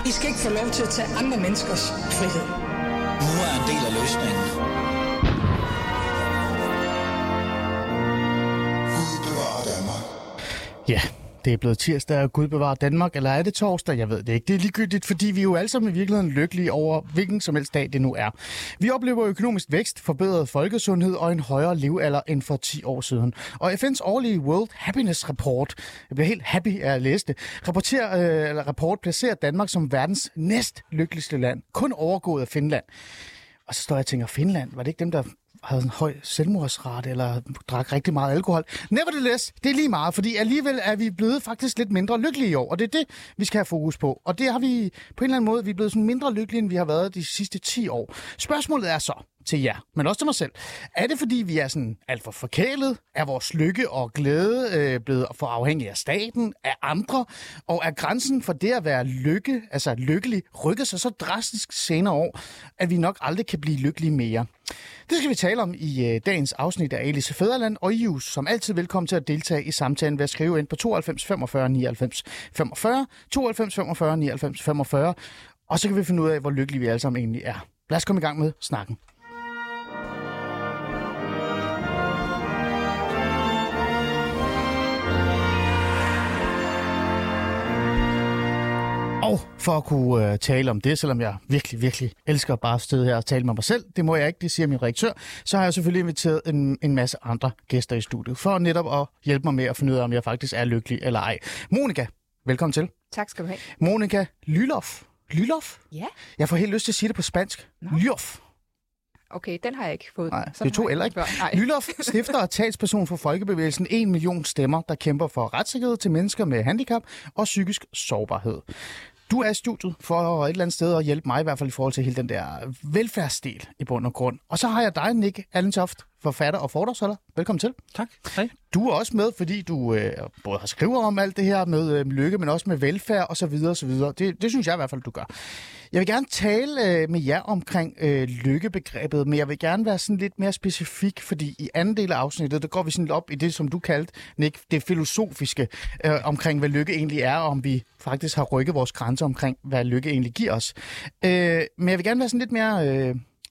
I skal ikke få lov til at tage andre menneskers frihed. Nu er en del af løsningen. Ja, det er blevet tirsdag, og Gud bevarer Danmark, eller er det torsdag? Jeg ved det ikke. Det er ligegyldigt, fordi vi er jo alle sammen i virkeligheden lykkelige over, hvilken som helst dag det nu er. Vi oplever økonomisk vækst, forbedret folkesundhed og en højere levealder end for 10 år siden. Og FN's årlige World Happiness Report, jeg bliver helt happy af at læse det, rapport placerer Danmark som verdens næst lykkeligste land, kun overgået af Finland. Og så står jeg og tænker, Finland, var det ikke dem, der havde en høj selvmordsrate eller drak rigtig meget alkohol? Nevertheless, det er lige meget, fordi alligevel er vi blevet faktisk lidt mindre lykkelige i år, og det er det, vi skal have fokus på. Og det har vi på en eller anden måde, vi er blevet sådan mindre lykkelige, end vi har været de sidste 10 år. Spørgsmålet er så til jer, men også til mig selv. Er det, fordi vi er sådan alt for forkælet? Er vores lykke og glæde blevet for afhængige af staten, af andre? Og er grænsen for det at være lykkelig, rykket sig så drastisk senere år, at vi nok aldrig kan blive lykkelige mere? Det skal vi tale om i dagens afsnit af Alice Fædreland, og I er som altid velkommen til at deltage i samtalen ved at skrive ind på 92 45 99 45, 92 45 99 45, og så kan vi finde ud af, hvor lykkelige vi alle sammen egentlig er. Lad os komme i gang med snakken. Og for at kunne tale om det, selvom jeg virkelig, virkelig elsker bare at stå her og tale med mig selv, det må jeg ikke, det siger min redaktør, så har jeg selvfølgelig inviteret en masse andre gæster i studiet, for netop at hjælpe mig med at finde ud af, om jeg faktisk er lykkelig eller ej. Monika, velkommen til. Tak skal du have. Monika Lylloff. Lylloff? Ja. Jeg får helt lyst til at sige det på spansk. Lylloff. Okay, den har jeg ikke fået. Nej, det er to eller ikke. Lylloff, stifter og talsperson for folkebevægelsen 1 million stemmer, der kæmper for retssikkerhed til mennesker med handicap og psykisk sårbarhed. Du er i studiet for et eller andet sted at hjælpe mig, i hvert fald i forhold til hele den der velfærdsdel i bund og grund. Og så har jeg dig, Nick Allentoft, forfatter og foredragsholder. Velkommen til. Tak. Hej. Du er også med, fordi du både har skrevet om alt det her med lykke, men også med velfærd og så videre og så videre. Det synes jeg i hvert fald, du gør. Jeg vil gerne tale med jer omkring lykkebegrebet, men jeg vil gerne være sådan lidt mere specifik, fordi i anden del af afsnittet, der går vi sådan lidt op i det, som du kaldte, Nick, det filosofiske omkring, hvad lykke egentlig er, og om vi faktisk har rykket vores grænser omkring, hvad lykke egentlig giver os. Men jeg vil gerne være sådan lidt mere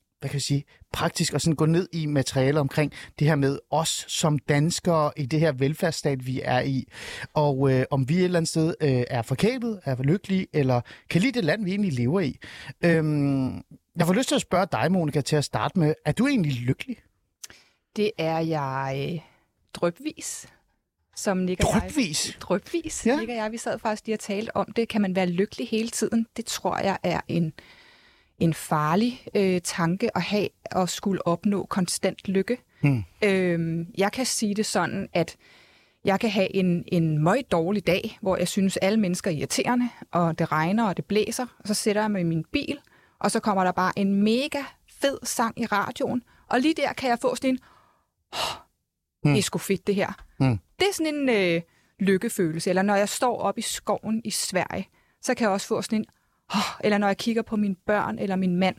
praktisk og sådan gå ned i materialer omkring det her med os som danskere i det her velfærdsstat, vi er i. Og om vi et eller andet sted er forkælet, er lykkelige, eller kan lide det land, vi egentlig lever i. Jeg får lyst til at spørge dig, Monika, til at starte med. Er du egentlig lykkelig? Det er jeg drypvis. Som Nick og drypvis? Drypvis. Ja. Nick og jeg, vi sad faktisk lige og talte om det. Kan man være lykkelig hele tiden? Det tror jeg er en farlig tanke at have og skulle opnå konstant lykke. Jeg kan sige det sådan, at jeg kan have en meget dårlig dag, hvor jeg synes, alle mennesker er irriterende, og det regner, og det blæser, og så sætter jeg mig i min bil, og så kommer der bare en mega fed sang i radioen, og lige der kan jeg få sådan en, det er sgu fedt det her. Det er sådan en lykkefølelse. Eller når jeg står op i skoven i Sverige, så kan jeg også få sådan en, eller når jeg kigger på mine børn eller min mand,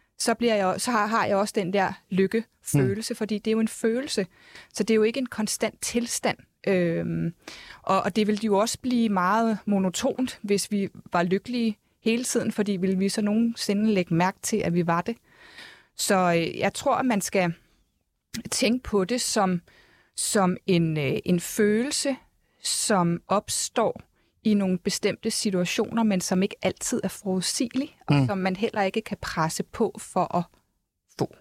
så har jeg også den der lykkefølelse, fordi det er jo en følelse. Så det er jo ikke en konstant tilstand. Og det ville jo også blive meget monotont, hvis vi var lykkelige hele tiden, fordi ville vi så nogensinde lægge mærke til, at vi var det. Så jeg tror, at man skal tænke på det som en følelse, som opstår i nogle bestemte situationer, men som ikke altid er forudsigelig, og som man heller ikke kan presse på for at få.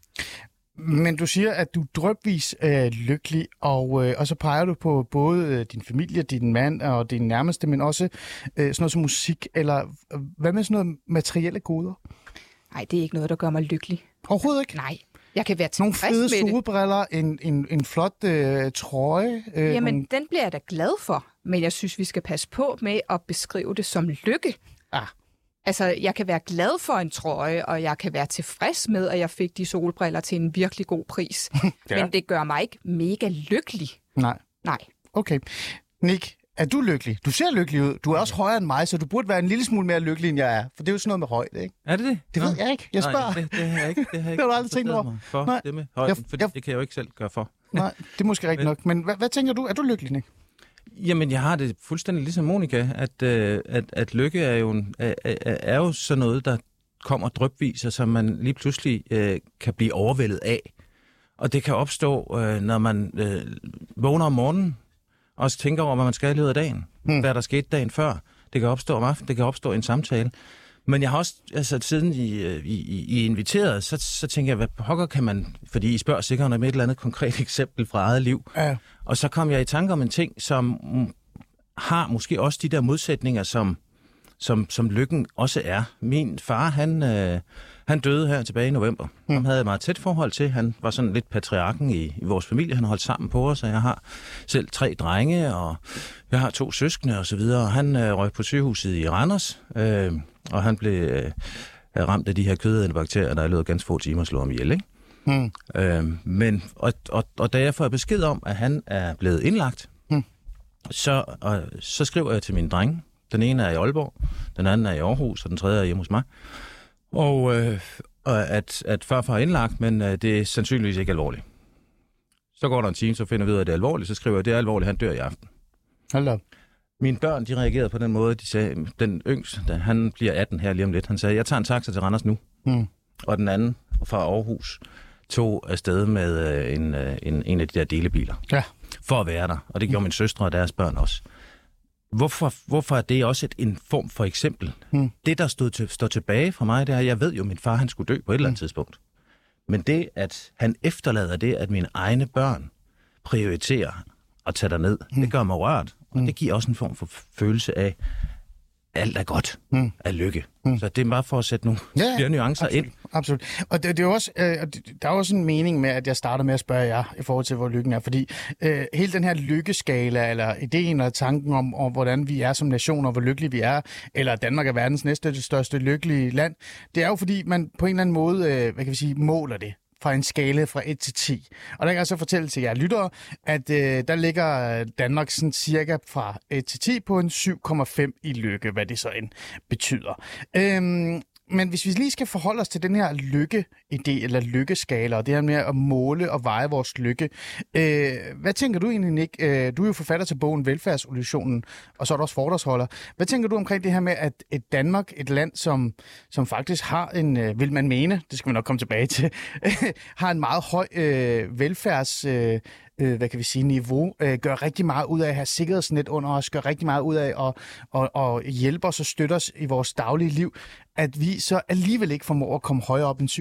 Men du siger, at du drypvis er lykkelig, og så peger du på både din familie, din mand og din nærmeste, men også sådan noget som musik, eller hvad med sådan noget materielle goder? Nej, det er ikke noget, der gør mig lykkelig. Overhovedet ikke? Nej. Jeg kan være nogle tilfreds med det. Nogle fede solbriller, en flot trøje. Jamen, den bliver jeg da glad for, men jeg synes, vi skal passe på med at beskrive det som lykke. Altså, jeg kan være glad for en trøje, og jeg kan være tilfreds med, at jeg fik de solbriller til en virkelig god pris. Ja. Men det gør mig ikke mega lykkelig. Nej. Okay. Nick, er du lykkelig? Du ser lykkelig ud. Du er også højere end mig, så du burde være en lille smule mere lykkelig, end jeg er. For det er jo sådan noget med højde, ikke? Er det det? Det ved jeg ikke. Jeg spørger. Nej, det har jeg ikke. Det har du aldrig tænkt over. Det med højden, for det kan jeg jo ikke selv gøre for. Nej, det er måske rigtigt nok. Men hvad tænker du? Er du lykkelig, Nick? Jamen, jeg har det fuldstændig ligesom Monika, at lykke er jo sådan noget, der kommer drypvis, og som man lige pludselig kan blive overvældet af. Og det kan opstå, når man vågner om morgenen, og også tænker over, hvad man skal i løbet af dagen. Hvad der skete dagen før. Det kan opstå om aftenen, det kan opstå i en samtale. Men jeg har også, siden I inviteret, så tænker jeg, hvad pokker kan man... Fordi I spørger sikkert om et eller andet konkret eksempel fra eget liv. Ja. Og så kom jeg i tanke om en ting, som har måske også de der modsætninger, som lykken også er. Min far, han døde her tilbage i november. Han havde et meget tæt forhold til. Han var sådan lidt patriarken i vores familie. Han holdt sammen på os, og jeg har selv 3 drenge, og jeg har 2 søskende og så videre. Han røg på sygehuset i Randers, og han blev ramt af de her kødædende bakterier, der i løbet af ganske få timer slog ham ihjel, ikke? Og da jeg får besked om, at han er blevet indlagt, så skriver jeg til mine drenge. Den ene er i Aalborg, den anden er i Aarhus, og den tredje er hjemme hos mig. Og at farfar er indlagt, men det er sandsynligvis ikke alvorligt. Så går der en time, så finder vi ud af, at det er alvorligt. Så skriver jeg, at det er alvorligt, han dør i aften. Hold op. Mine børn, de reagerede på den måde, de sagde, den yngste, han bliver 18 her lige om lidt, han sagde, jeg tager en taxa til Randers nu. Og den anden fra Aarhus tog afsted med en af de der delebiler. Ja. For at være der. Og det gjorde min søstre og deres børn også. Hvorfor er det også en form for eksempel? Det, der står tilbage for mig, det er, at jeg ved jo, at min far han skulle dø på et eller andet tidspunkt. Men det, at han efterlader det, at mine egne børn prioriterer at tage derned, det gør mig rørt. Og det giver også en form for følelse af, alt er godt, af lykke. Så det er bare for at sætte nogle flere nuancer absolut, ind. Absolut. Og det er jo også, der er også en mening med, at jeg starter med at spørge jer i forhold til, hvor lykken er. Fordi hele den her lykkeskala, eller ideen og tanken om, hvordan vi er som nation, og hvor lykkelige vi er, eller Danmark er verdens næste største lykkelige land, det er jo fordi, man på en eller anden måde, hvad kan vi sige, måler det fra en skala fra 1 til 10. Og der kan jeg så fortælle til jer lyttere, at der ligger Danmark sådan cirka fra 1 til 10 på en 7,5 i lykke, hvad det så end betyder. Men hvis vi lige skal forholde os til den her lykke-idé, eller lykkeskala, og det her med at måle og veje vores lykke. Hvad tænker du egentlig, Nick? Du er jo forfatter til bogen Velfærdsillusionen, og så er du også foredragsholder. Hvad tænker du omkring det her med, at et Danmark, et land, som faktisk har en, vil man mene, det skal vi nok komme tilbage til, har en meget høj velfærds hvad kan vi sige, niveau, gør rigtig meget ud af at have sikkerhedsnet under os, gør rigtig meget ud af at hjælpe os og støtte os i vores daglige liv, at vi så alligevel ikke formår at komme højere op end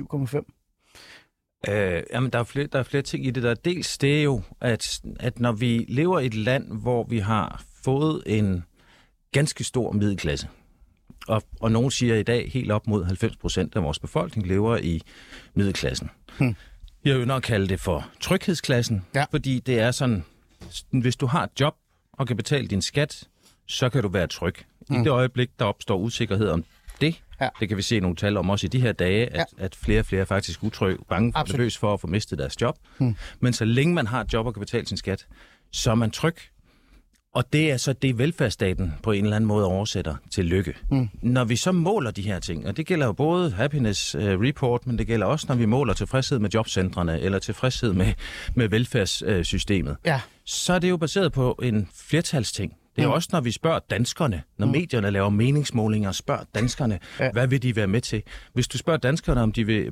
7,5? Jamen, der er flere ting i det der. Dels det er jo, at når vi lever i et land, hvor vi har fået en ganske stor middelklasse, og nogen siger i dag, helt op mod 90% af vores befolkning lever i middelklassen. Jeg vil nok kalde det for tryghedsklassen, fordi det er sådan, hvis du har et job og kan betale din skat, så kan du være tryg. I det øjeblik, der opstår usikkerhed om det, det kan vi se nogle tal om også i de her dage, at flere og flere er faktisk utrygge, bange for nervøs for at få mistet deres job. Men så længe man har et job og kan betale sin skat, så er man tryg. Og det er så det, velfærdsstaten på en eller anden måde oversætter til lykke. Når vi så måler de her ting, og det gælder jo både Happiness Report, men det gælder også, når vi måler tilfredshed med jobcentrene, eller tilfredshed med velfærdssystemet, så er det jo baseret på en flertalsting. Det er også, når vi spørger danskerne, når medierne laver meningsmålinger og spørger danskerne, hvad vil de være med til? Hvis du spørger danskerne, om de vil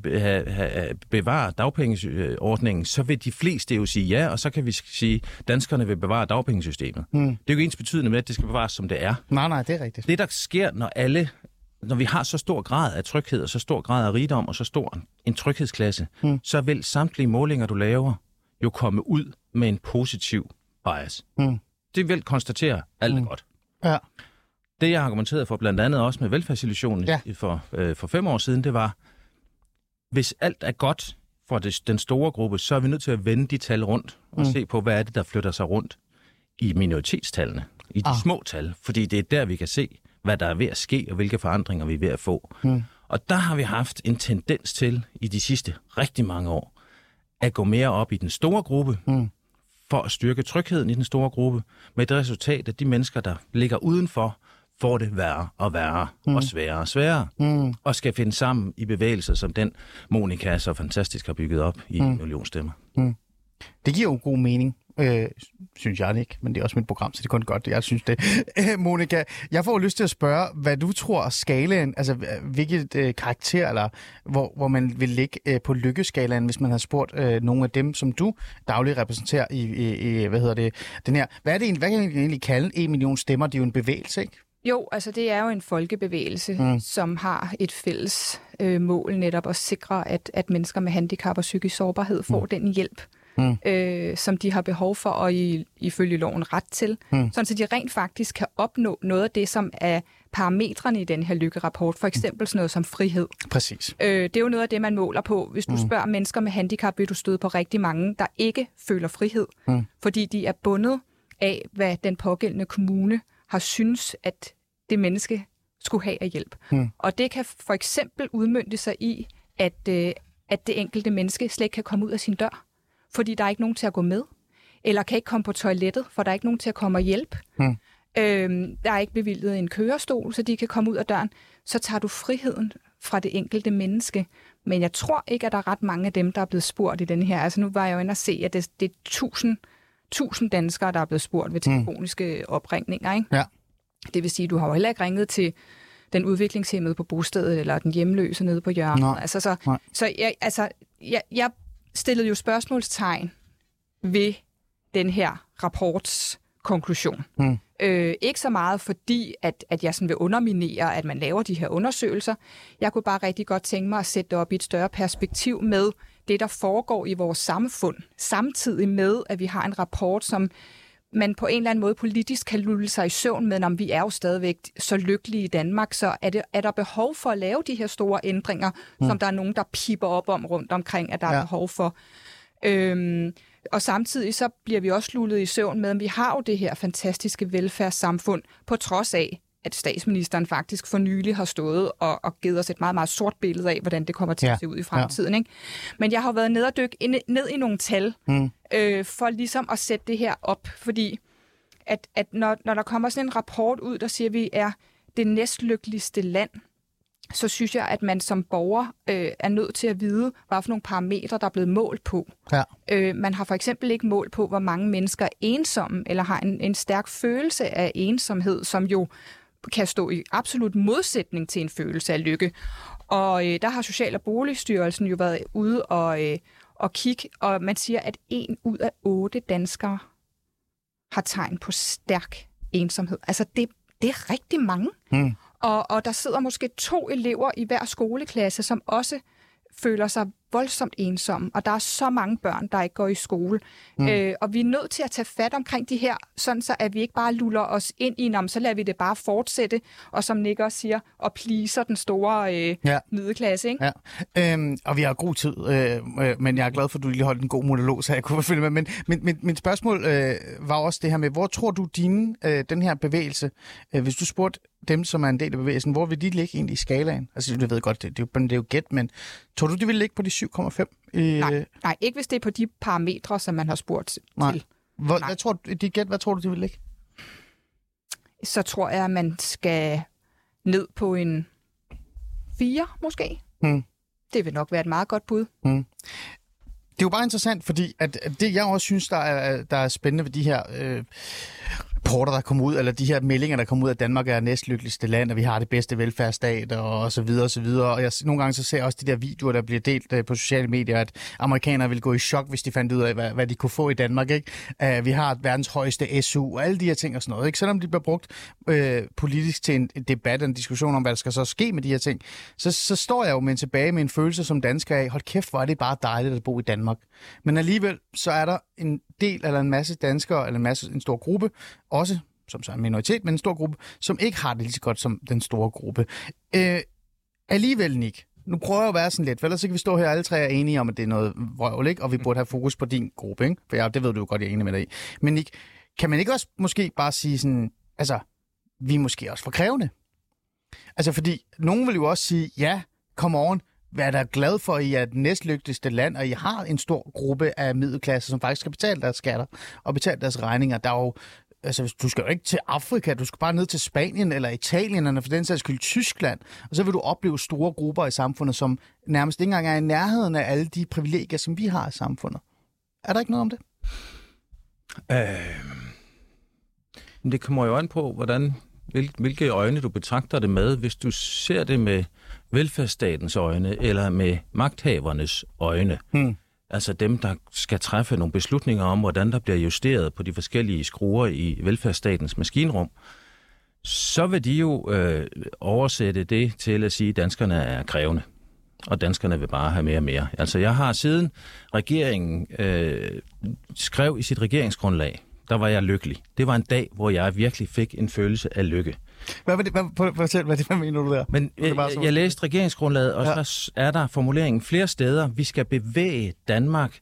bevare dagpengeordningen, så vil de fleste jo sige ja, og så kan vi sige, at danskerne vil bevare dagpengesystemet. Det er jo ikke ens betydende med, at det skal bevares, som det er. Nej, det er rigtigt. Det, der sker, når vi har så stor grad af tryghed, og så stor grad af rigdom, og så stor en tryghedsklasse, så vil samtlige målinger, du laver, jo komme ud med en positiv bias. Det vil konstatere, alt er godt. Ja. Det, jeg har argumenteret for, blandt andet også med velfærdsillusionen for 5 år siden, det var, hvis alt er godt for den store gruppe, så er vi nødt til at vende de tal rundt og se på, hvad er det, der flytter sig rundt i minoritetstallene, i de små tal, fordi det er der, vi kan se, hvad der er ved at ske, og hvilke forandringer vi er ved at få. Og der har vi haft en tendens til, i de sidste rigtig mange år, at gå mere op i den store gruppe, for at styrke trygheden i den store gruppe, med det resultat, at de mennesker, der ligger udenfor, får det værre og værre og sværere og sværere, og skal finde sammen i bevægelser, som den Monika så fantastisk har bygget op i Millionstemmer. Det giver jo god mening. Synes jeg ikke, men det er også mit program, så det er kun godt, jeg synes det. Monika, jeg får lyst til at spørge, hvad du tror skalaen, altså hvilket karakter, eller hvor man vil ligge på lykkeskalaen, hvis man har spurgt nogle af dem, som du dagligt repræsenterer i den her. Hvad kan man egentlig kalde 1 million stemmer? Det er jo en bevægelse, ikke? Jo, altså det er jo en folkebevægelse, som har et fælles mål netop at sikre, at mennesker med handicap og psykisk sårbarhed får den hjælp, som de har behov for og ifølge loven ret til, sådan så de rent faktisk kan opnå noget af det, som er parametrene i den her lykkerapport, for eksempel sådan noget som frihed. Præcis. Det er jo noget af det, man måler på. Hvis du spørger mennesker med handicap, vil du støde på rigtig mange, der ikke føler frihed, fordi de er bundet af, hvad den pågældende kommune har synes, at det menneske skulle have af hjælp. Og det kan for eksempel udmønte sig i, at det enkelte menneske slet ikke kan komme ud af sin dør, fordi der er ikke nogen til at gå med, eller kan ikke komme på toilettet, for der er ikke nogen til at komme og hjælpe. Der er ikke bevilget en kørestol, så de kan komme ud af døren. Så tager du friheden fra det enkelte menneske. Men jeg tror ikke, at der er ret mange af dem, der er blevet spurgt i den her. Altså nu var jeg jo inde og se, at det er 1000 danskere, der er blevet spurgt ved telefoniske opringninger, ikke? Ja. Det vil sige, at du har jo heller ikke ringet til den udviklingshæmmede på bostedet, eller den hjemløse nede på hjørnet. Jeg stillede jo spørgsmålstegn ved den her rapports konklusion. Ikke så meget fordi, at jeg sådan vil underminere, at man laver de her undersøgelser. Jeg kunne bare rigtig godt tænke mig at sætte det op i et større perspektiv med det, der foregår i vores samfund, samtidig med, at vi har en rapport, som man på en eller anden måde politisk kan lulle sig i søvn med, om vi er jo stadigvæk så lykkelige i Danmark, så er der behov for at lave de her store ændringer, som der er nogen, der piper op om rundt omkring, at der er behov for. Og samtidig så bliver vi også lullet i søvn med, at vi har jo det her fantastiske velfærdssamfund, på trods af, at statsministeren faktisk for nylig har stået og givet os et meget, meget sort billede af, hvordan det kommer til at se ud i fremtiden. Ikke? Men jeg har været ned og dykke ned i nogle tal, for ligesom at sætte det her op, fordi at når der kommer sådan en rapport ud, der siger, at vi er det næstlykkeligste land, så synes jeg, at man som borger er nødt til at vide, hvad for nogle parametre, der er blevet målt på. Ja. Man har for eksempel ikke målt på, hvor mange mennesker er ensomme, eller har en stærk følelse af ensomhed, som jo kan stå i absolut modsætning til en følelse af lykke. Og der har Social- og Boligstyrelsen jo været ude og kigge, og man siger, at 1 ud af 8 danskere har tegn på stærk ensomhed. Altså, det er rigtig mange. Og der sidder måske 2 elever i hver skoleklasse, som også føler sig voldsomt ensomme, og der er så mange børn, der ikke går i skole. Og vi er nødt til at tage fat omkring de her, sådan så at vi ikke bare luller os ind i, så lader vi det bare fortsætte, og som Nick også siger, og pleaser den store middelklasse. Ikke? Ja. Og vi har god tid, men jeg er glad for, at du lige holdt en god monolog, så jeg kunne følge med. Men mit spørgsmål var også det her med, hvor tror du den her bevægelse, hvis du spurgte dem, som er en del af bevægelsen, hvor vil de ligge egentlig i skalaen? Altså, jeg ved godt, det er jo gæt, men tror du, de vil ligge på de 7,5? Nej, ikke hvis det er på de parametre, som man har spurgt til. Hvad tror du, de vil ligge? Så tror jeg, at man skal ned på en 4, måske. Det vil nok være et meget godt bud. Det er jo bare interessant, fordi at det, jeg også synes, der er spændende ved de her rapporter, der kommer ud, eller de her meldinger, der kommer ud af Danmark er næstlykkeligste land, og vi har det bedste velfærdsstat, og så videre, og så videre. Og nogle gange så ser jeg også de der videoer, der bliver delt på sociale medier, at amerikanere ville gå i chok, hvis de fandt ud af, hvad de kunne få i Danmark. Ikke? Vi har verdens højeste SU, og alle de her ting og sådan noget. Ikke? Selvom de bliver brugt politisk til en debat, en diskussion om, hvad der skal så ske med de her ting, så står jeg jo tilbage med en følelse som dansker af, hold kæft, hvor er det bare dejligt at bo i Danmark. Men alligevel, så er der en del eller en masse danskere, eller en stor gruppe, også som så er en minoritet, men en stor gruppe, som ikke har det lige så godt som den store gruppe. Alligevel, Nick, nu prøver jeg at være sådan lidt, for ellers så kan vi stå her alle tre er enige om, at det er noget vrøvl, ikke? Og vi burde have fokus på din gruppe, ikke? For det ved du jo godt, jeg er enig med dig i. Men Nick, kan man ikke også måske bare sige sådan, altså, vi er måske også for krævende? Altså, fordi nogen vil jo også sige, ja, come on, vær da glad for, at I er det næstlykkeligste land, og I har en stor gruppe af middelklasse, som faktisk skal betale deres skatter og betale deres regninger. Der er jo, altså, du skal jo ikke til Afrika, du skal bare ned til Spanien eller Italien, eller for den sags skyld Tyskland, og så vil du opleve store grupper i samfundet, som nærmest ikke engang er i nærheden af alle de privilegier, som vi har i samfundet. Er der ikke noget om det? Det kommer jo an på, hvilke øjne du betragter det med. Hvis du ser det med velfærdsstatens øjne, eller med magthavernes øjne, altså dem, der skal træffe nogle beslutninger om, hvordan der bliver justeret på de forskellige skruer i velfærdsstatens maskinrum, så vil de jo oversætte det til at sige, at danskerne er krævende, og danskerne vil bare have mere og mere. Altså jeg har siden regeringen skrev i sit regeringsgrundlag, der var jeg lykkelig. Det var en dag, hvor jeg virkelig fik en følelse af lykke. Hvad mener du der? Men jeg læste regeringsgrundlaget, og så er der formuleringen flere steder. Vi skal bevæge Danmark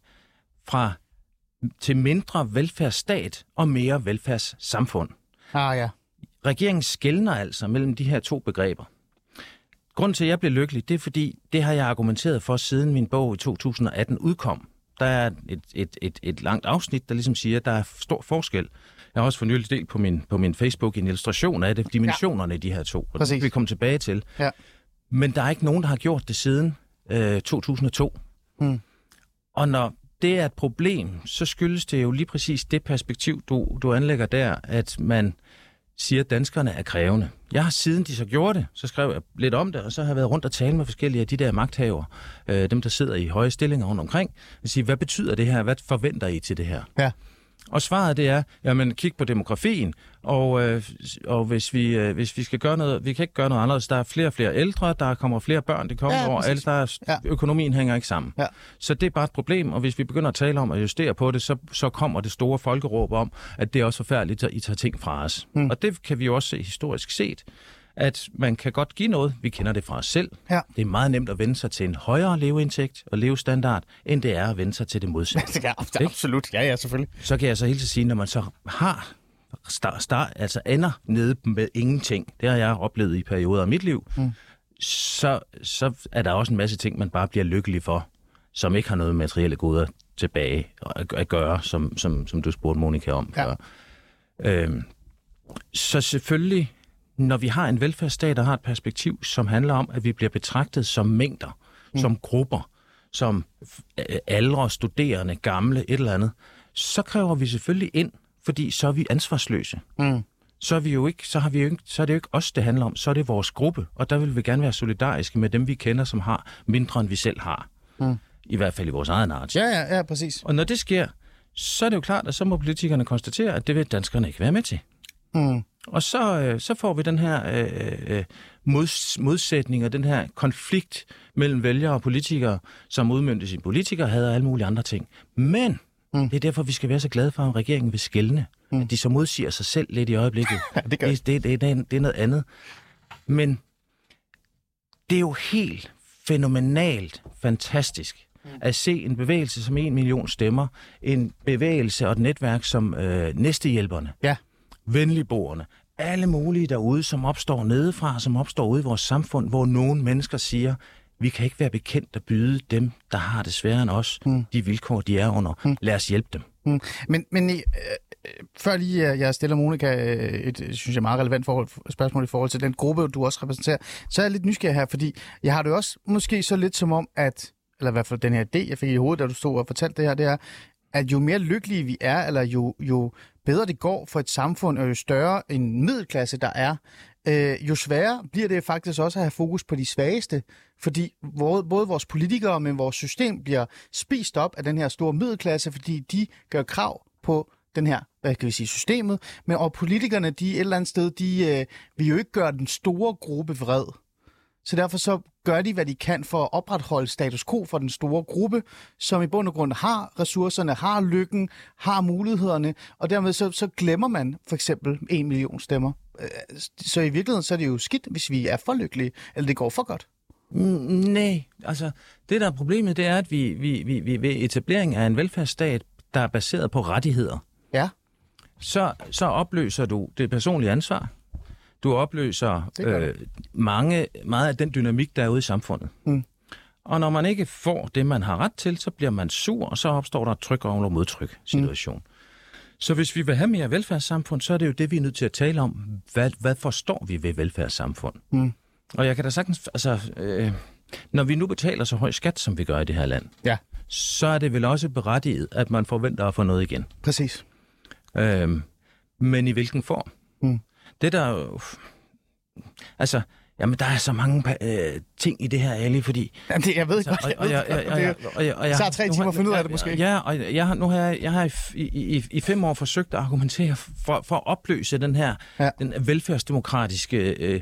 til mindre velfærdsstat og mere velfærdssamfund. Ja. Regeringen skelner altså mellem de her to begreber. Grunden til, at jeg blev lykkelig, det er fordi, det har jeg argumenteret for, siden min bog i 2018 udkom. Der er et langt afsnit, der ligesom siger, at der er stor forskel. Jeg har også for nylig delt på min Facebook en illustration af det, dimensionerne i de her to. Og det vil vi komme tilbage til. Ja. Men der er ikke nogen, der har gjort det siden 2002. Og når det er et problem, så skyldes det jo lige præcis det perspektiv, du anlægger der, at man siger, at danskerne er krævende. Jeg har siden de så gjorde det, så skrev jeg lidt om det, og så har jeg været rundt og tale med forskellige af de der magthaver, dem der sidder i høje stillinger rundt omkring, og sige, hvad betyder det her? Hvad forventer I til det her? Ja. Og svaret det er, jamen kig på demografien, og hvis vi skal gøre noget, vi kan ikke gøre noget anderledes. Der er flere og flere ældre, der kommer flere børn, det kommer over, økonomien hænger ikke sammen. Ja. Så det er bare et problem, og hvis vi begynder at tale om at justere på det, så kommer det store folkeråb om, at det er også forfærdeligt, at I tager ting fra os. Og det kan vi jo også se historisk set, at man kan godt give noget. Vi kender det fra os selv. Ja. Det er meget nemt at vende sig til en højere leveindtægt og levestandard, end det er at vende sig til det modsatte. Ja, absolut. Ja, selvfølgelig. Så kan jeg så hele tiden sige, når man så har altså ender nede med ingenting, det har jeg oplevet i perioder af mit liv, så er der også en masse ting, man bare bliver lykkelig for, som ikke har noget materielle goder tilbage at gøre, som du spurgte Monika om før. Så selvfølgelig, når vi har en velfærdsstat, der har et perspektiv, som handler om, at vi bliver betragtet som mængder, som grupper, som aldre, studerende, gamle, et eller andet, så kræver vi selvfølgelig ind, fordi så er vi ansvarsløse. Så er det jo ikke os, det handler om, så er det vores gruppe, og der vil vi gerne være solidariske med dem, vi kender, som har mindre, end vi selv har. I hvert fald i vores egen art. Ja, præcis. Og når det sker, så er det jo klart, at så må politikerne konstatere, at det vil danskerne ikke være med til. Og så får vi den her modsætning og den her konflikt mellem vælgere og politikere, som udmøntes i politikere, havde alle mulige andre ting. Men det er derfor, vi skal være så glade for, at regeringen vil skelne. At de så modsiger sig selv lidt i øjeblikket. Ja, det er noget andet. Men det er jo helt fænomenalt fantastisk at se en bevægelse som 1 million stemmer, en bevægelse og et netværk som Næstehjælperne. Ja. Venligboerne, alle mulige derude, som opstår nedefra, som opstår ude i vores samfund, hvor nogle mennesker siger, vi kan ikke være bekendt at byde dem, der har det sværere end os, de vilkår, de er under. Lad os hjælpe dem. Men før lige jeg stiller Monika et, synes jeg, meget relevant spørgsmål i forhold til den gruppe, du også repræsenterer, så er jeg lidt nysgerrig her, fordi jeg har det også måske så lidt som om, at, eller i hvert fald den her idé, jeg fik i hovedet, da du stod og fortalte det her, det er, at jo mere lykkelige vi er, eller jo bedre det går for et samfund, og jo større en middelklasse der er, jo sværere bliver det faktisk også at have fokus på de svageste, fordi både vores politikere, men vores system bliver spist op af den her store middelklasse, fordi de gør krav på den her, hvad kan vi sige, systemet, men og politikerne, de et eller andet sted, de vil jo ikke gøre den store gruppe vred. Så derfor så gør de, hvad de kan for at opretholde status quo for den store gruppe, som i bund og grund har ressourcerne, har lykken, har mulighederne, og dermed så glemmer man for eksempel 1 million stemmer. Så i virkeligheden så er det jo skidt, hvis vi er for lykkelige, eller det går for godt. Nej, altså det der er problemet, det er, at vi ved etablering af en velfærdsstat, der er baseret på rettigheder, så opløser du det personlige ansvar. Du opløser meget af den dynamik, der er ude i samfundet. Og når man ikke får det, man har ret til, så bliver man sur, og så opstår der et tryk og modtryk situation. Så hvis vi vil have mere velfærdssamfund, så er det jo det, vi er nødt til at tale om. Hvad forstår vi ved velfærdssamfund? Og jeg kan da sagtens, når vi nu betaler så høj skat, som vi gør i det her land, så er det vel også berettiget, at man forventer at få noget igen. Præcis. Men i hvilken form? Det der... Altså... Jamen, der er så mange ting i det her, Ali, fordi... Jamen, jeg ved godt, det tager 3 timer at finde ud af det, måske. Ja, og jeg har i 5 år forsøgt at argumentere for at opløse den her den velfærdsdemokratiske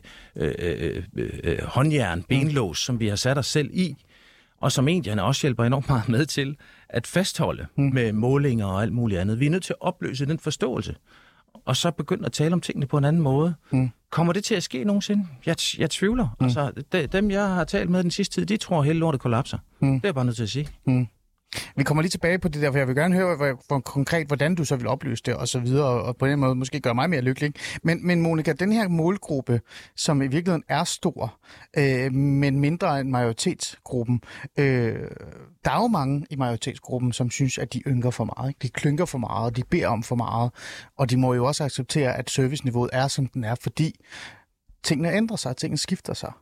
håndjern, benlås, som vi har sat os selv i, og som medierne også hjælper enormt meget med til at fastholde med målinger og alt muligt andet. Vi er nødt til at opløse den forståelse, og så begynde at tale om tingene på en anden måde. Kommer det til at ske nogensinde? Jeg tvivler. Altså, dem, jeg har talt med den sidste tid, de tror, at hele lortet kollapser. Det er jeg bare nødt til at sige. Vi kommer lige tilbage på det der, for jeg vil gerne høre konkret, hvordan du så vil opløse det, og så videre, og på den måde måske gøre mig mere lykkelig. Men Monica, den her målgruppe, som i virkeligheden er stor, men mindre end majoritetsgruppen, der er jo mange i majoritetsgruppen, som synes, at de ynker for meget. Ikke? De klynker for meget, de beder om for meget, og de må jo også acceptere, at serviceniveauet er, som den er, fordi tingene ændrer sig, tingene skifter sig.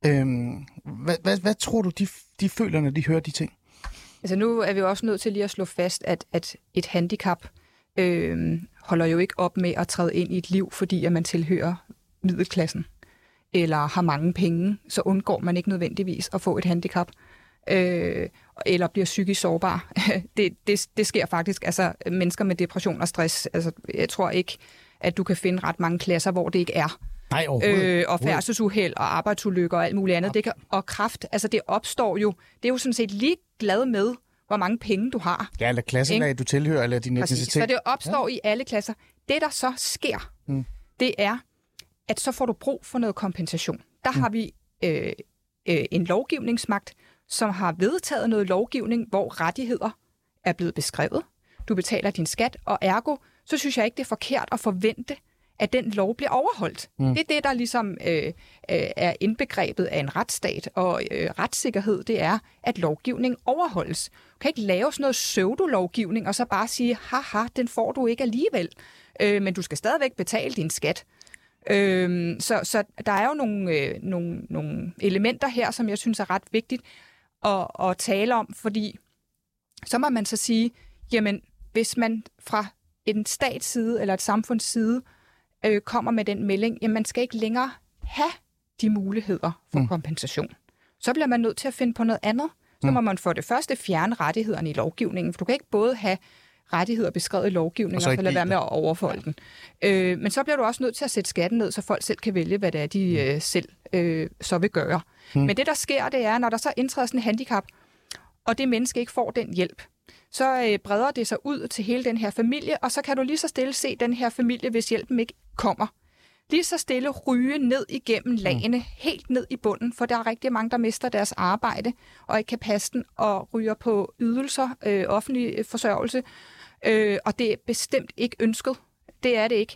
Hvad tror du, de føler, når de hører de ting? Altså nu er vi jo også nødt til lige at slå fast, at et handicap holder jo ikke op med at træde ind i et liv, fordi at man tilhører middelklassen eller har mange penge, så undgår man ikke nødvendigvis at få et handicap eller bliver psykisk sårbar. Det sker faktisk. Altså mennesker med depression og stress, altså jeg tror ikke, at du kan finde ret mange klasser, hvor det ikke er. Nej, og færdselsuheld og arbejdsulykker og alt muligt andet. Det kan, og kræft, altså det opstår jo, det er jo sådan set lige glad med, hvor mange penge du har. Ja, eller klasselag, du tilhører, eller din etnicitet. Så det opstår i alle klasser. Det, der så sker, det er, at så får du brug for noget kompensation. Der har vi en lovgivningsmagt, som har vedtaget noget lovgivning, hvor rettigheder er blevet beskrevet. Du betaler din skat, og ergo, så synes jeg ikke, det er forkert at forvente, at den lov bliver overholdt. Det er det, der ligesom er indbegrebet af en retsstat, og retssikkerhed, det er, at lovgivning overholdes. Du kan ikke lave sådan noget pseudolovgivning, og så bare sige, haha, den får du ikke alligevel, men du skal stadigvæk betale din skat. Så der er jo nogle elementer her, som jeg synes er ret vigtigt at tale om, fordi så må man så sige, jamen, hvis man fra en stats side eller et samfunds side kommer med den melding, jamen man skal ikke længere have de muligheder for kompensation. Så bliver man nødt til at finde på noget andet. Så må man for det første fjerne rettighederne i lovgivningen, for du kan ikke både have rettigheder beskrevet i lovgivningen, og så lade være med at overfolde den. Men så bliver du også nødt til at sætte skatten ned, så folk selv kan vælge, hvad det er, de selv så vil gøre. Men det, der sker, det er, når der så indtræder sådan en handicap, og det menneske ikke får den hjælp, så breder det sig ud til hele den her familie, og så kan du lige så stille se den her familie, hvis hjælpen ikke kommer. Lige så stille ryge ned igennem lagene, helt ned i bunden, for der er rigtig mange, der mister deres arbejde, og ikke kan passe den, og ryger på ydelser, offentlig forsørgelse, og det er bestemt ikke ønsket. Det er det ikke.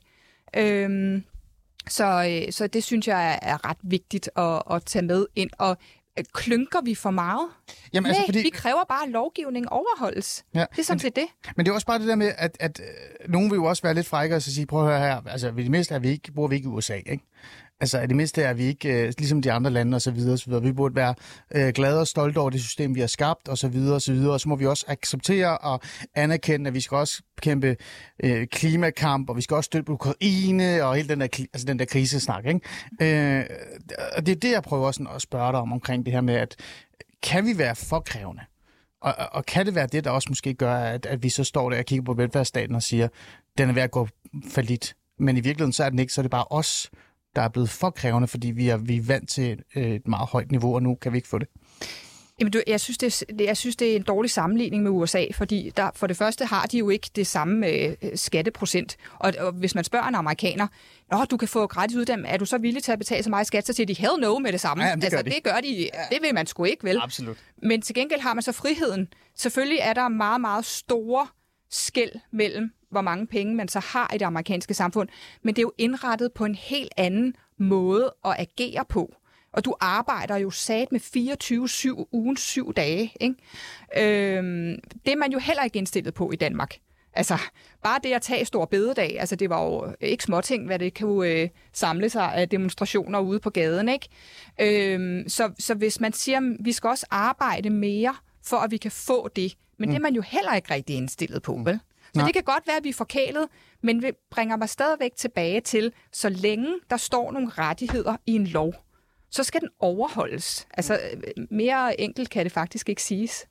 Så det synes jeg er ret vigtigt at tage med ind, og klynker vi for meget? Jamen, altså, fordi vi kræver bare, at lovgivningen overholdes. Ja, det er sådan set det. Men det er også bare det der med, at nogen vil jo også være lidt frække og sige, prøv at høre her, altså ved det mindste bor vi ikke i USA, ikke? Altså i det mindste er vi ikke ligesom de andre lande og så videre, så videre. Vi burde være glade og stolte over det system, vi har skabt og så videre og så videre. Og så må vi også acceptere og anerkende, at vi skal også kæmpe klimakamp, og vi skal også støtte på Ukraine og hele den der krisesnak, ikke? Og det er det, jeg prøver også at spørge dig omkring det her med, at kan vi være for krævende? Og kan det være det, der også måske gør, at vi så står der og kigger på velfærdsstaten og siger, den er ved at gå fallit. Men i virkeligheden så er den ikke, så er det bare os, der er blevet for krævende, fordi vi er vant til et meget højt niveau, og nu kan vi ikke få det. Jamen, jeg synes, det er en dårlig sammenligning med USA, fordi for det første har de jo ikke det samme skatteprocent. Og hvis man spørger en amerikaner, du kan få gratis uddannelse, er du så villig til at betale så meget skat, så siger de, hell no med det samme. Ja, det gør de. Det vil man sgu ikke, vel? Absolut. Men til gengæld har man så friheden. Selvfølgelig er der meget, meget store skel mellem, hvor mange penge man så har i det amerikanske samfund, men det er jo indrettet på en helt anden måde at agere på. Og du arbejder jo sat med 24/7 ugen 7 dage. Ikke? Det er man jo heller ikke indstillet på i Danmark. Altså, bare det at tage stor bededag, altså det var jo ikke småting, hvad det kunne samle sig af demonstrationer ude på gaden. Ikke? Så hvis man siger, at vi skal også arbejde mere, for at vi kan få det, men det er man jo heller ikke rigtig indstillet på, vel? Så det kan godt være, at vi er forkælet, men det bringer mig stadigvæk tilbage til, så længe der står nogle rettigheder i en lov, så skal den overholdes. Altså, mere enkelt kan det faktisk ikke siges.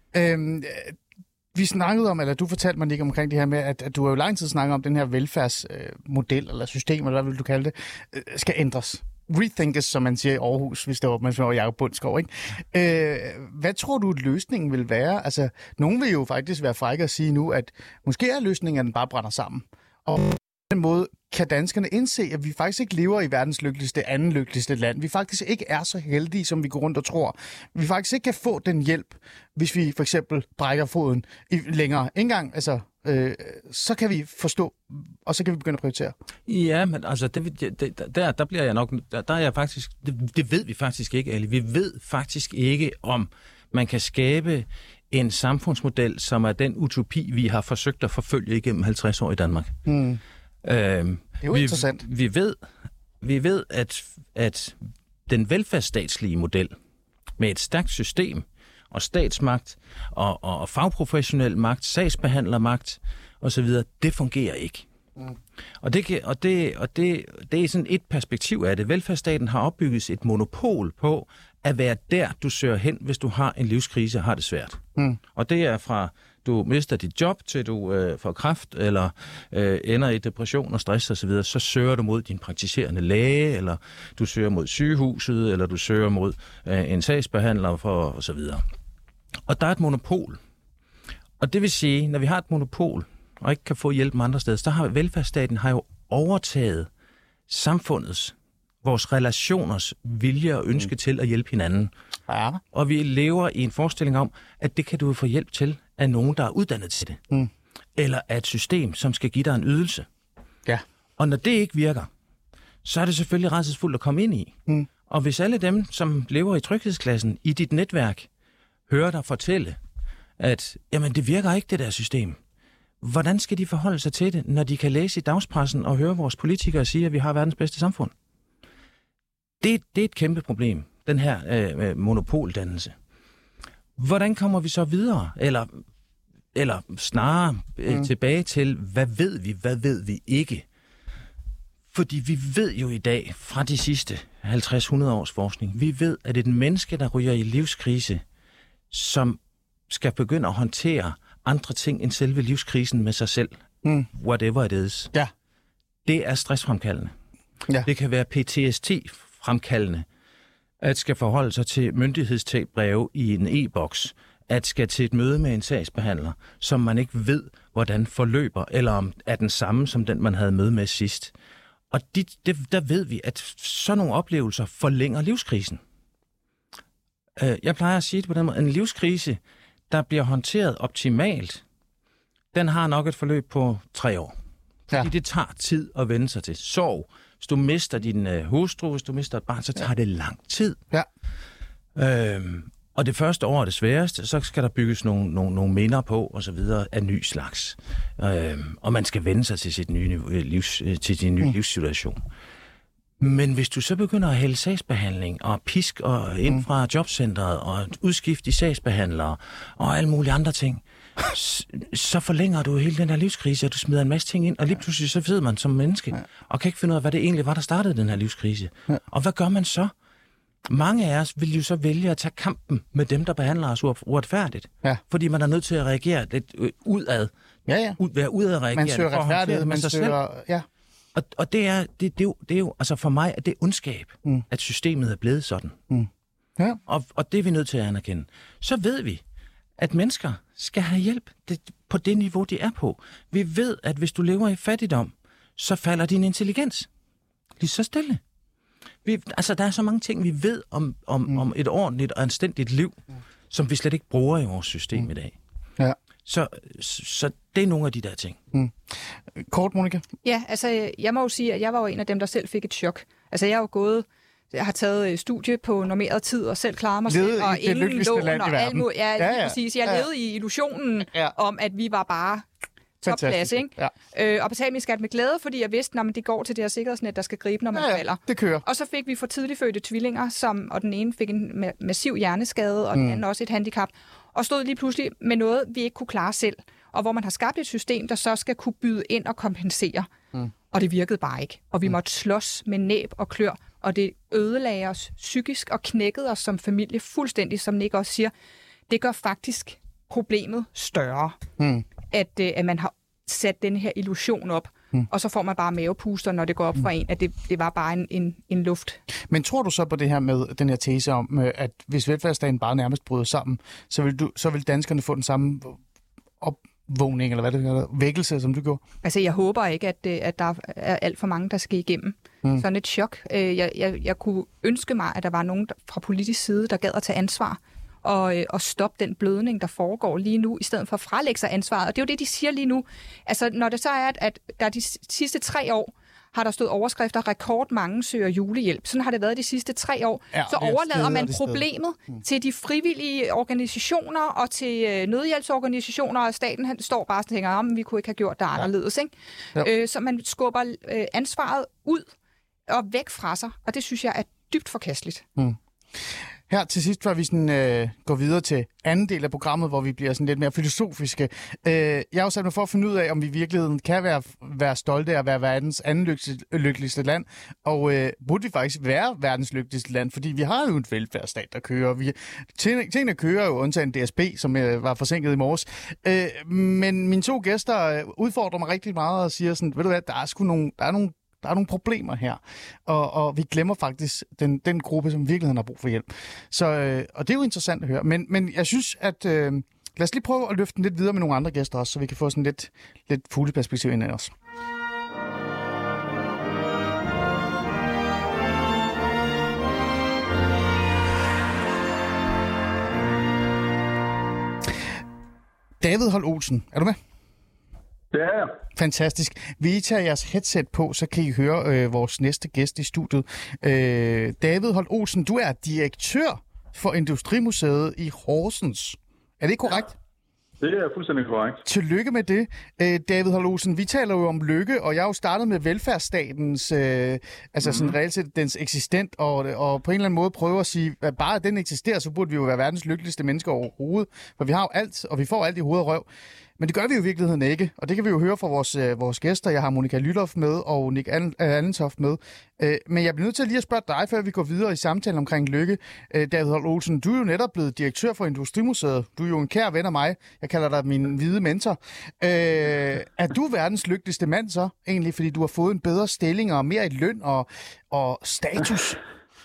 Vi snakkede om, eller du fortalte mig ikke omkring det her med, at du har jo lang tid snakket om, den her velfærdsmodel, eller system, eller hvad vil du kalde det, skal ændres. Rethinkes, som man siger i Aarhus, hvis det var Jacob Bundsgaard, ikke? Hvad tror du, løsningen vil være? Altså, nogen vil jo faktisk være frække at sige nu, at måske er løsningen, at den bare brænder sammen. Og på den måde kan danskerne indse, at vi faktisk ikke lever i verdens anden lykkeligste land. Vi faktisk ikke er så heldige, som vi går rundt og tror. Vi faktisk ikke kan få den hjælp, hvis vi for eksempel brækker foden længere. Engang, altså, så kan vi forstå, og så kan vi begynde at prioritere. Ja, men altså, der bliver jeg nok, der er jeg faktisk, det ved vi faktisk ikke, Ali. Vi ved faktisk ikke, om man kan skabe en samfundsmodel, som er den utopi, vi har forsøgt at forfølge igennem 50 år i Danmark. Det er jo interessant. Vi ved, at den velfærdsstatslige model med et stærkt system og statsmagt og fagprofessionel magt, sagsbehandlermagt osv., det fungerer ikke. Og det er sådan et perspektiv af det. Velfærdsstaten har opbygget et monopol på at være der, du søger hen, hvis du har en livskrise og har det svært. Og det er fra du mister dit job, til du får kræft, eller ender i depression og stress osv., så søger du mod din praktiserende læge, eller du søger mod sygehuset, eller du søger mod en sagsbehandler for osv. Og der er et monopol. Og det vil sige, når vi har et monopol, og ikke kan få hjælp andre steder, så har velfærdsstaten jo overtaget samfundets, vores relationers vilje og ønske til at hjælpe hinanden. Ja. Og vi lever i en forestilling om, at det kan du få hjælp til af nogen, der er uddannet til det. Eller af et system, som skal give dig en ydelse. Ja. Og når det ikke virker, så er det selvfølgelig rædselsfuldt at komme ind i. Og hvis alle dem, som lever i tryghedsklassen i dit netværk, hører dig fortælle, at jamen, det virker ikke, det der system. Hvordan skal de forholde sig til det, når de kan læse i dagspressen og høre vores politikere sige, at vi har verdens bedste samfund? Det er et kæmpe problem, den her monopoldannelse. Hvordan kommer vi så videre? Eller snarere tilbage til, hvad ved vi ikke? Fordi vi ved jo i dag, fra de sidste 50-100 års forskning, vi ved, at et menneske, der ryger i livskrise, som skal begynde at håndtere andre ting end selve livskrisen med sig selv, whatever it is, det er stressfremkaldende. Ja. Det kan være PTSD-fremkaldende, at skal forholde sig til myndighedstæt breve i en e-boks, at skal til et møde med en sagsbehandler, som man ikke ved, hvordan forløber, eller om er den samme som den, man havde møde med sidst. Og der ved vi, at sådan nogle oplevelser forlænger livskrisen. Jeg plejer at sige det på den måde, en livskrise, der bliver håndteret optimalt, den har nok et forløb på 3 år. Fordi det tager tid at vende sig til sorg. Hvis du mister din hustru, hvis du mister et barn, så tager det lang tid. Ja. Og det første år er det sværeste, så skal der bygges nogle minder på, og så videre, af ny slags. Og man skal vende sig til sin nye livssituation. Men hvis du så begynder at hælde sagsbehandling og pisk og ind fra jobcentret og udskift i sagsbehandlere og alle mulige andre ting, så forlænger du hele den her livskrise, og du smider en masse ting ind, og lige pludselig så ved man som menneske, og kan ikke finde ud af, hvad det egentlig var, der startede den her livskrise. Og hvad gør man så? Mange af os vil jo så vælge at tage kampen med dem, der behandler os uretfærdigt. Ja. Fordi man er nødt til at reagere lidt udad. Være udadreagerende. Man søger retfærdighed, man søger... Ja. Og det er jo, altså for mig, at det er ondskab, at systemet er blevet sådan. Ja. Og det er vi nødt til at anerkende. Så ved vi, at mennesker skal have hjælp på det niveau, de er på. Vi ved, at hvis du lever i fattigdom, så falder din intelligens. Lige så stille. Der er så mange ting, vi ved om et ordentligt og anstændigt liv, som vi slet ikke bruger i vores system i dag. Ja. Så det er nogle af de der ting. Kort, Monika? Ja, altså jeg må jo sige, at jeg var jo en af dem, der selv fik et chok. Altså jeg har taget studie på normeret tid og selv klaret mig selv, og ingen lån og alt muligt. Præcis. Jeg levede i illusionen om, at vi var bare topplads, ikke? Ja. Og betalte min skat med glæde, fordi jeg vidste, at det går til det her sikkerhedsnet, der skal gribe, når man falder. Det kører. Og så fik vi for tidligt fødte tvillinger, og den ene fik en massiv hjerneskade, og den anden også et handicap, og stod lige pludselig med noget, vi ikke kunne klare selv. og hvor man har skabt et system, der så skal kunne byde ind og kompensere. Og det virkede bare ikke. Og vi måtte slås med næb og klør, og det ødelagde os psykisk og knækkede os som familie fuldstændig, som Nick også siger. Det gør faktisk problemet større, at man har sat den her illusion op, og så får man bare mavepuster, når det går op for en, at det var bare en luft. Men tror du så på det her med den her tese om, at hvis velfærdsstaten bare nærmest bryder sammen, så vil danskerne få den samme opvågning, eller hvad det hedder, vækkelse, som du gjorde? Altså, jeg håber ikke, at der er alt for mange, der skal igennem sådan et chok. Jeg kunne ønske mig, at der var nogen fra politisk side, der gad at tage ansvar og stoppe den blødning, der foregår lige nu, i stedet for at frelægge sig ansvaret. Og det er jo det, de siger lige nu. Altså, når det så er, at der de sidste 3 år har der stået overskrifter, rekordmange søger julehjælp. Sådan har det været de sidste 3 år. Ja, så overlader man problemet til de frivillige organisationer og til nødhjælpsorganisationer, og staten står bare og tænker, at vi kunne ikke have gjort det anderledes. Ikke? Så man skubber ansvaret ud og væk fra sig, og det synes jeg er dybt forkasteligt. Her til sidst, før vi sådan, går videre til anden del af programmet, hvor vi bliver sådan lidt mere filosofiske. Jeg har jo sat mig for at finde ud af, om vi i virkeligheden kan være stolte af at være verdens anden lykkeligste land. Og burde vi faktisk være verdens lykkeligste land, fordi vi har jo en velfærdsstat, der kører. Tingene kører jo undtagen DSB, som var forsinket i morges. Men mine 2 gæster udfordrer mig rigtig meget og siger sådan, ved du hvad, der er nogle problemer her, og vi glemmer faktisk den gruppe, som i virkeligheden har brug for hjælp. Så, og det er jo interessant at høre. Men jeg synes, at lad os lige prøve at løfte den lidt videre med nogle andre gæster også, så vi kan få sådan lidt fugleperspektiv ind af os. David Holt Olsen, er du med? Det er jeg. Fantastisk. Vil I tage jeres headset på, så kan I høre vores næste gæst i studiet. David Holt Olsen, du er direktør for Industrimuseet i Horsens. Er det korrekt? Ja, det er fuldstændig korrekt. Tillykke med det. David Holt Olsen, vi taler jo om lykke, og jeg har jo startet med velfærdsstatens, sådan reelt set dens eksistent, og på en eller anden måde prøve at sige, at bare at den eksisterer, så burde vi jo være verdens lykkeligste mennesker overhovedet. For vi har jo alt, og vi får alt i hoved og røv. Men det gør vi jo i virkeligheden ikke, og det kan vi jo høre fra vores gæster. Jeg har Monika Lythoff med og Nick Allentoft med. Men jeg bliver nødt til lige at spørge dig, før vi går videre i samtalen omkring lykke. David Holt Olsen, du er jo netop blevet direktør for Industrimuseet. Du er jo en kær ven af mig. Jeg kalder dig min hvide mentor. Er du verdens lykkeligste mand så, egentlig, fordi du har fået en bedre stilling og mere i løn og status?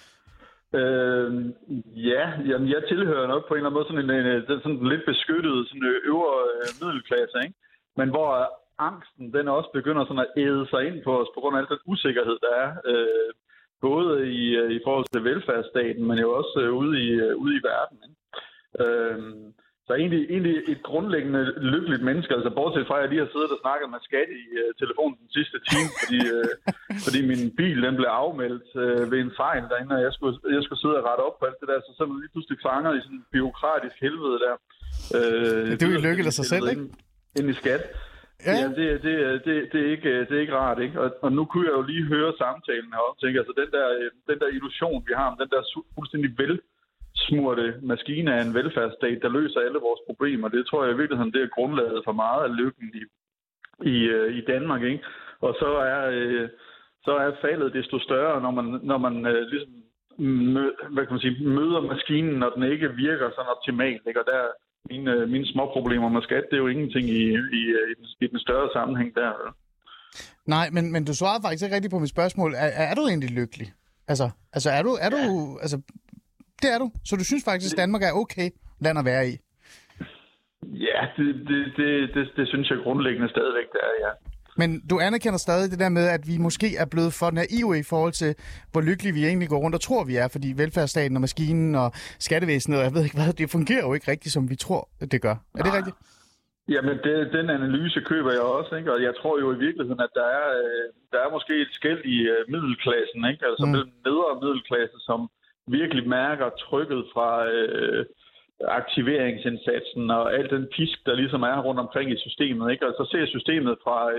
Jamen, jeg tilhører nok på en eller anden måde sådan en lidt beskyttet øvre middelklasse, ikke? Men hvor angsten, den også begynder sådan at æde sig ind på os, på grund af al den usikkerhed, der er, både i forhold til velfærdsstaten, men jo også ude i verden, ikke? Så egentlig et grundlæggende lykkeligt menneske, altså bortset fra, at jeg lige har siddet og snakket med skat i telefonen den sidste time, fordi min bil den blev afmeldt ved en fejl derinde, og jeg skulle sidde og rette op på alt det der, så man lige pludselig fanger i sådan en byråkratisk helvede der. Det er jo lykke af sig selv, ikke? Ind i skat. Ja, det er ikke rart, ikke? Og nu kunne jeg jo lige høre samtalen heroppe, tænker altså den der illusion, vi har om den der fuldstændig smurte maskine af en velfærdsstat, der løser alle vores problemer. Det tror jeg i virkeligheden, det er grundlaget for meget af lykken i Danmark, ikke? Og så er faldet desto større, når man ligesom møder maskinen, når den ikke virker sådan optimalt, ikke? Og der mine små problemer med skat, det er jo ingenting i den større sammenhæng der. Nej, men du svarede faktisk ikke rigtigt på mit spørgsmål. Er du egentlig lykkelig? Altså er du det er du. Så du synes faktisk, at Danmark er okay land at være i? Ja, det synes jeg grundlæggende stadigvæk, det er, ja. Men du anerkender stadig det der med, at vi måske er blevet for naive i forhold til, hvor lykkelige vi egentlig går rundt og tror, vi er, fordi velfærdsstaten og maskinen og skattevæsenet, og jeg ved ikke hvad, det fungerer jo ikke rigtigt, som vi tror, det gør. Er det rigtigt? Jamen, den analyse køber jeg også, ikke? Og jeg tror jo i virkeligheden, at der er måske et skel i middelklassen, ikke? Altså mellem nedre middelklasse, som virkelig mærker trykket fra aktiveringsindsatsen og al den pisk, der ligesom er rundt omkring i systemet, ikke? Og så ser systemet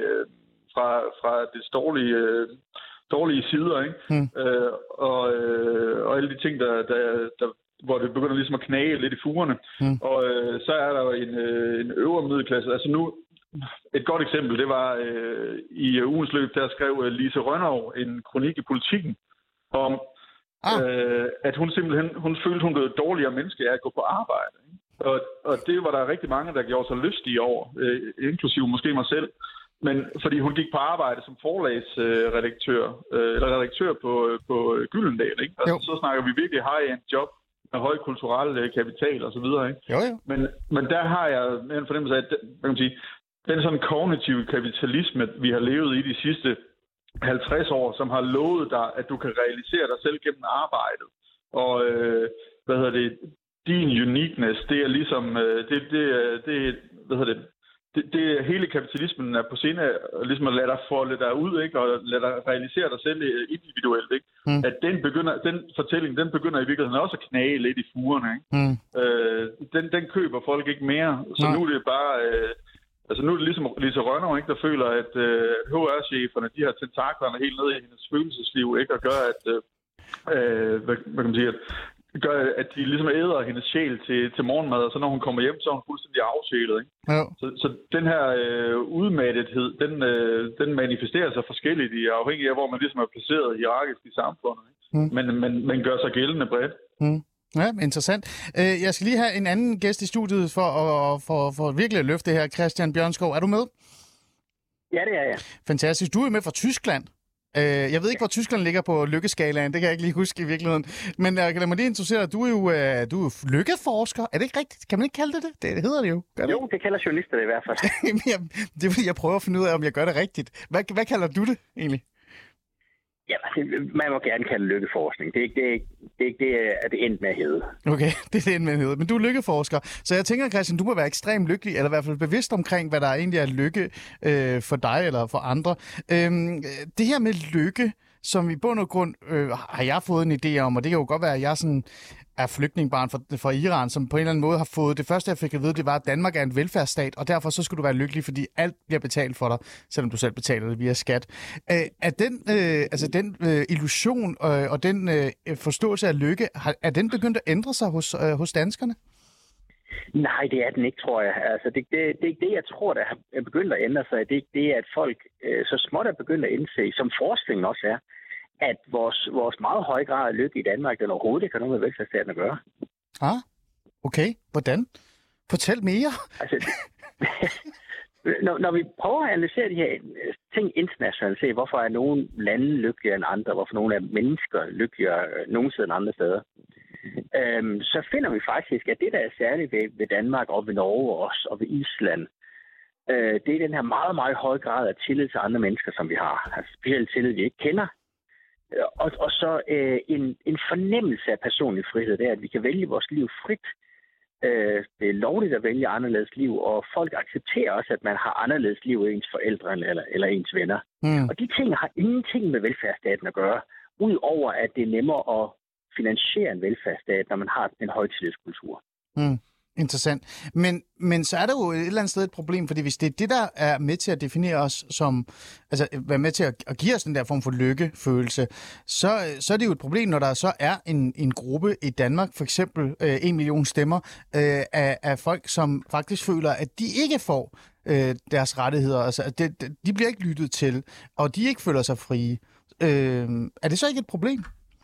fra det dårlige sider, ikke? Og alle de ting, der hvor det begynder ligesom at knage lidt i fugerne. Og så er der jo en øvre middelklasse. Altså nu, et godt eksempel, det var i ugens løb, der skrev Lise Rønnow en kronik i Politikken om, at hun simpelthen følte, hun blev et dårligere menneske af at gå på arbejde. Og det var der rigtig mange, der gjorde sig lystige over, inklusive måske mig selv. Men fordi hun gik på arbejde som forlagsredaktør, eller redaktør på Gyldendal, ikke? Altså, så snakker vi virkelig high-end job med høj kulturel kapital og så videre, ikke? Jo. Men der har jeg en fornemmelse af, at hvad kan man sige, den sådan kognitive kapitalisme, vi har levet i de sidste 50 år, som har lovet dig, at du kan realisere dig selv gennem arbejdet. Og din uniqueness, det er ligesom, det hele kapitalismen er på scene, ligesom at lade dig folde dig ud, ikke, og lade dig realisere dig selv individuelt, ikke. At den fortælling, den begynder i virkeligheden også at knage lidt i fugerne, ikke. Den køber folk ikke mere, så nu er det bare, nu er det ligesom Lise Rønnow, ikke, der føler, at HR-cheferne, de har tentaklerne helt ned i hendes følelsesliv, ikke, og gør, at hvad kan man sige, at de ligesom æder hendes sjæl til morgenmad, og så når hun kommer hjem, så er hun fuldstændig afsjælet, ikke? Ja. Så den her udmattethed, den manifesterer sig forskelligt afhængig af, hvor man ligesom er placeret hierarkisk i samfundet, ikke? Men gør sig gældende bredt. Ja, interessant. Jeg skal lige have en anden gæst i studiet for virkelig at løfte det her. Christian Bjørnskov, er du med? Ja, det er jeg. Fantastisk. Du er med fra Tyskland. Jeg ved ikke, hvor Tyskland ligger på lykkeskalaen. Det kan jeg ikke lige huske i virkeligheden. Men lad mig lige introducere dig. Du er jo lykkeforsker. Er det ikke rigtigt? Kan man ikke kalde det det? Det hedder det jo. Jo, det kalder journalister det i hvert fald. Det er fordi, jeg prøver at finde ud af, om jeg gør det rigtigt. Hvad kalder du det egentlig? Ja, man må gerne kalde lykkeforskning. Det er ikke det, at det endte med at hedde. Okay, det er det endte med at hedde. Men du er lykkeforsker. Så jeg tænker, Christian, du må være ekstremt lykkelig, eller i hvert fald bevidst omkring, hvad der egentlig er lykke for dig eller for andre. Det her med lykke, som i bund og grund har jeg fået en idé om, og det kan jo godt være, at jeg sådan er flygtningebarn fra Iran, som på en eller anden måde har fået det første, jeg fik at vide, det var, at Danmark er en velfærdsstat, og derfor så skulle du være lykkelig, fordi alt bliver betalt for dig, selvom du selv betaler det via skat. Er den illusion og den forståelse af lykke, er den begyndt at ændre sig hos danskerne? Nej, det er den ikke, tror jeg. Altså, det jeg tror, der er begyndt at ændre sig, det er, at folk så småt er begyndt at indse, som forskningen også er, at vores meget høje grad af lykke i Danmark, den overhovedet ikke har noget med velfærdsstaten at gøre. Okay. Hvordan? Fortæl mere. Altså, når vi prøver at analysere de her ting internationalt, se hvorfor er nogle lande lykkeligere end andre, hvorfor nogle af mennesker lykkeligere nogle steder end andre steder, så finder vi faktisk, at det, der er særligt ved Danmark og ved Norge også, og ved Island, det er den her meget, meget høje grad af tillid til andre mennesker, som vi har. Altså specielt tillid, vi ikke kender. Og så en fornemmelse af personlig frihed, det er, at vi kan vælge vores liv frit. Det er lovligt at vælge anderledes liv, og folk accepterer også, at man har anderledes liv end ens forældre eller ens venner. Og de ting har ingenting med velfærdsstaten at gøre, udover at det er nemmere at finansiere en velfærdsstat, når man har en højtillidskultur. Interessant. Men så er der jo et eller andet sted et problem, fordi hvis det er det, der er med til at definere os som, altså være med til at give os den der form for lykkefølelse, så er det jo et problem, når der så er en gruppe i Danmark, for eksempel 1 million stemmer, af folk, som faktisk føler, at de ikke får deres rettigheder. Altså, de bliver ikke lyttet til, og de ikke føler sig frie. Er det så ikke et problem?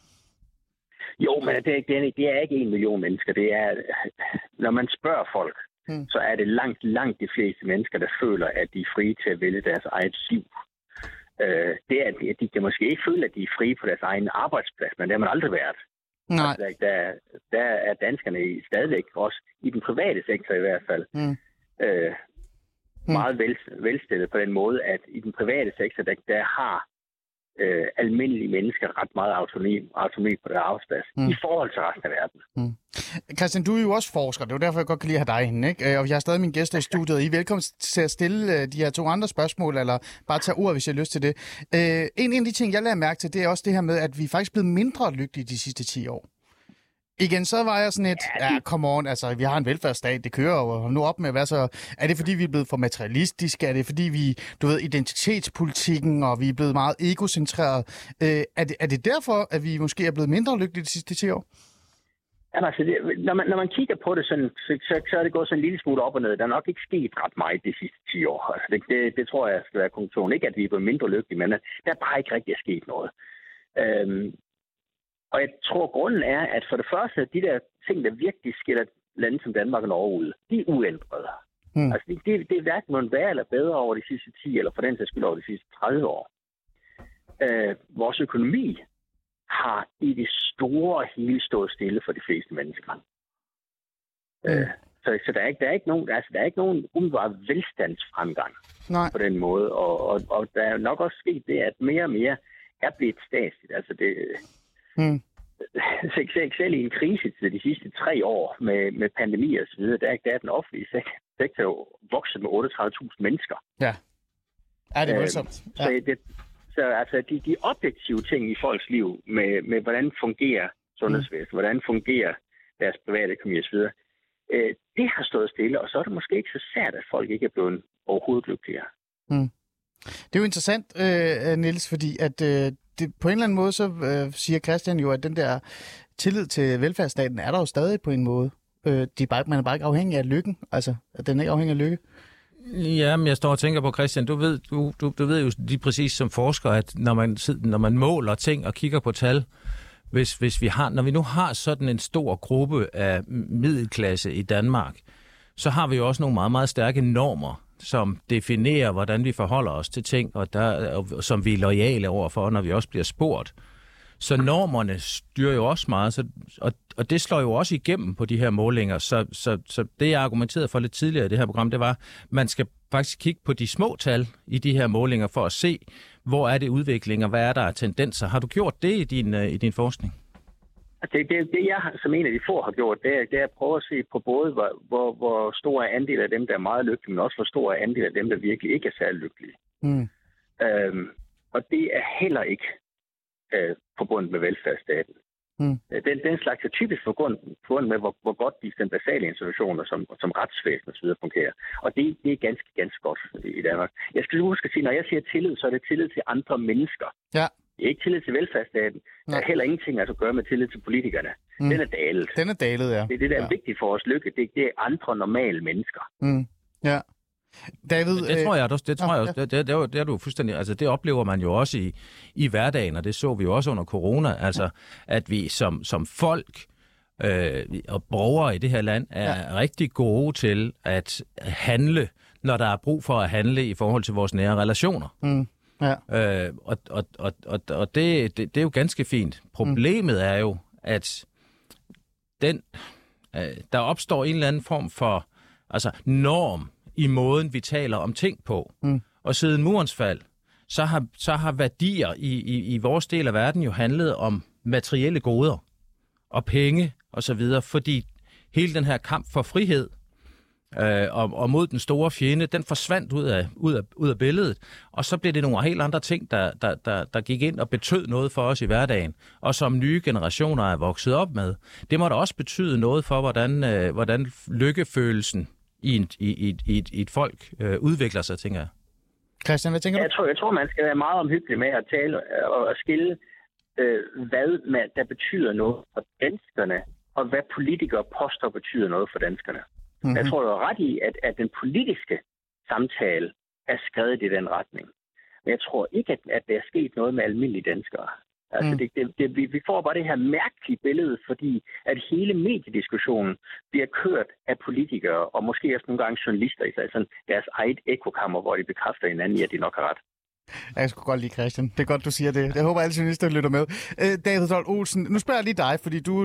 Jo, men det er ikke 1 million mennesker. Det er, når man spørger folk, så er det langt de fleste mennesker, der føler, at de er frie til at vælge deres eget liv. Det er, at de kan måske ikke føle, at de er frie på deres egen arbejdsplads, men det har man aldrig været. Nej. Altså, der er danskerne stadigvæk, også i den private sektor i hvert fald, meget velstillet på den måde, at i den private sektor, der har almindelige mennesker ret meget autonomi på deres arbejdsplads i forhold til resten af verden. Christian, du er jo også forsker. Det er jo derfor, jeg godt kan lide at have dig henne, ikke? Og jeg har stadig mine gæster i studiet. I er velkommen til at stille de her 2 andre spørgsmål, eller bare tage ord, hvis jeg har lyst til det. En af de ting, jeg lader mærke til, det er også det her med, at vi er faktisk blevet mindre lykkelige de sidste 10 år. Igen, så var jeg sådan come on, altså, vi har en velfærdsstat, det kører jo nu op med at være så. Er det fordi, vi er blevet for materialistiske? Er det fordi, vi, identitetspolitikken, og vi er blevet meget egocentreret? Er det derfor, at vi måske er blevet mindre lykkelige de sidste 10 år? Altså, når man kigger på det, sådan, så er det gået sådan en lille smule op og ned. Der er nok ikke sket ret meget de sidste 10 år. Altså, det tror jeg skal være konklusionen. Ikke, at vi er blevet mindre lykkelige, men der er bare ikke rigtig sket noget. Og jeg tror, grunden er, at for det første, de der ting, der virkelig skiller lande som Danmark og Norge ud, de er uændrede. Altså, det er hverken noget værre eller bedre over de sidste 10, eller for den sags skyld over de sidste 30 år. Vores økonomi har i det store hele stået stille for de fleste mennesker. Så der er ikke nogen umiddelbart velstandsfremgang. Nej. På den måde. Og der er nok også sket det, at mere og mere er blevet statsligt. Altså det... Selv i en krisetid de sidste 3 år med pandemi og så videre, der er den offentlige sektor vokset med 38.000 mennesker. Ja. Er det voldsomt? Ja. Så altså de objektive ting i folks liv med hvordan fungerer sundhedsvæsenet, hvordan fungerer deres private økonomi og så videre, det har stået stille, og så er det måske ikke så sært, at folk ikke er blevet overhovedet lykkeligere. Det er jo interessant, Niels, fordi at det, på en eller anden måde, så siger Christian jo, at den der tillid til velfærdsstaten er der jo stadig på en måde. Man er bare ikke afhængig af lykken. Altså, at den er ikke afhængig af lykke. Ja, men jeg står og tænker på, Christian, du ved jo lige præcis som forsker, at når man måler ting og kigger på tal, når vi nu har sådan en stor gruppe af middelklasse i Danmark, så har vi jo også nogle meget, meget stærke normer, som definerer, hvordan vi forholder os til ting, og som vi er loyale overfor, når vi også bliver spurgt. Så normerne styrer jo også meget, og det slår jo også igennem på de her målinger. Så det, jeg argumenterede for lidt tidligere i det her program, det var, at man skal faktisk kigge på de små tal i de her målinger for at se, hvor er det udvikling, og hvad er der af tendenser. Har du gjort det i din forskning? Det jeg som en af de få har gjort, det er at prøve at se på både, hvor stor er andel af dem, der er meget lykkelige, men også hvor stor er andel af dem, der virkelig ikke er særlig lykkelige. Og det er heller ikke forbundet med velfærdsstaten. Den slags er typisk forbundet med, hvor godt de basale institutioner som retsvæsen og så videre fungerer. Og det er ganske, ganske godt i Danmark. Jeg skal huske at sige, når jeg siger tillid, så er det tillid til andre mennesker. Ja. Det er ikke tillid til velfærdsstaten. Der er heller ingenting at gøre med tillid til politikerne. Den er dalet. Den er dalet, ja. Det der er vigtigt for vores lykke. Det er andre normale mennesker. Ja. David, det tror jeg også. Det er du fuldstændig. Altså det oplever man jo også i hverdagen, og det så vi jo også under corona. Altså at vi som folk og borgere i det her land er rigtig gode til at handle, når der er brug for at handle i forhold til vores nære relationer. Og det er jo ganske fint. Problemet er jo, at der opstår en eller anden form for norm i måden, vi taler om ting på. Og siden murens fald, så har værdier i vores del af verden jo handlet om materielle goder og penge og så videre, fordi hele den her kamp for frihed og mod den store fjende, den forsvandt ud af billedet, og så blev det nogle helt andre ting, der gik ind og betød noget for os i hverdagen, og som nye generationer er vokset op med. Det må da også betyde noget for, hvordan lykkefølelsen i et folk udvikler sig, tænker jeg. Christian, hvad tænker du? Jeg tror, man skal være meget omhyggelig med at tale og skille, hvad der betyder noget for danskerne, og hvad politikere påstår betyder noget for danskerne. Jeg tror, du har ret i, at den politiske samtale er skrevet i den retning. Men jeg tror ikke, at der er sket noget med almindelige danskere. Altså, vi får bare det her mærkelige billede, fordi at hele mediediskussionen bliver kørt af politikere, og måske også nogle gange journalister i sig, sådan deres eget ekokammer, hvor de bekræfter hinanden i, at de nok har ret. Jeg skulle godt lide Christian. Det er godt, du siger det. Jeg håber, alle journalister lytter med. David Dold Olsen, nu spørger jeg lige dig, fordi du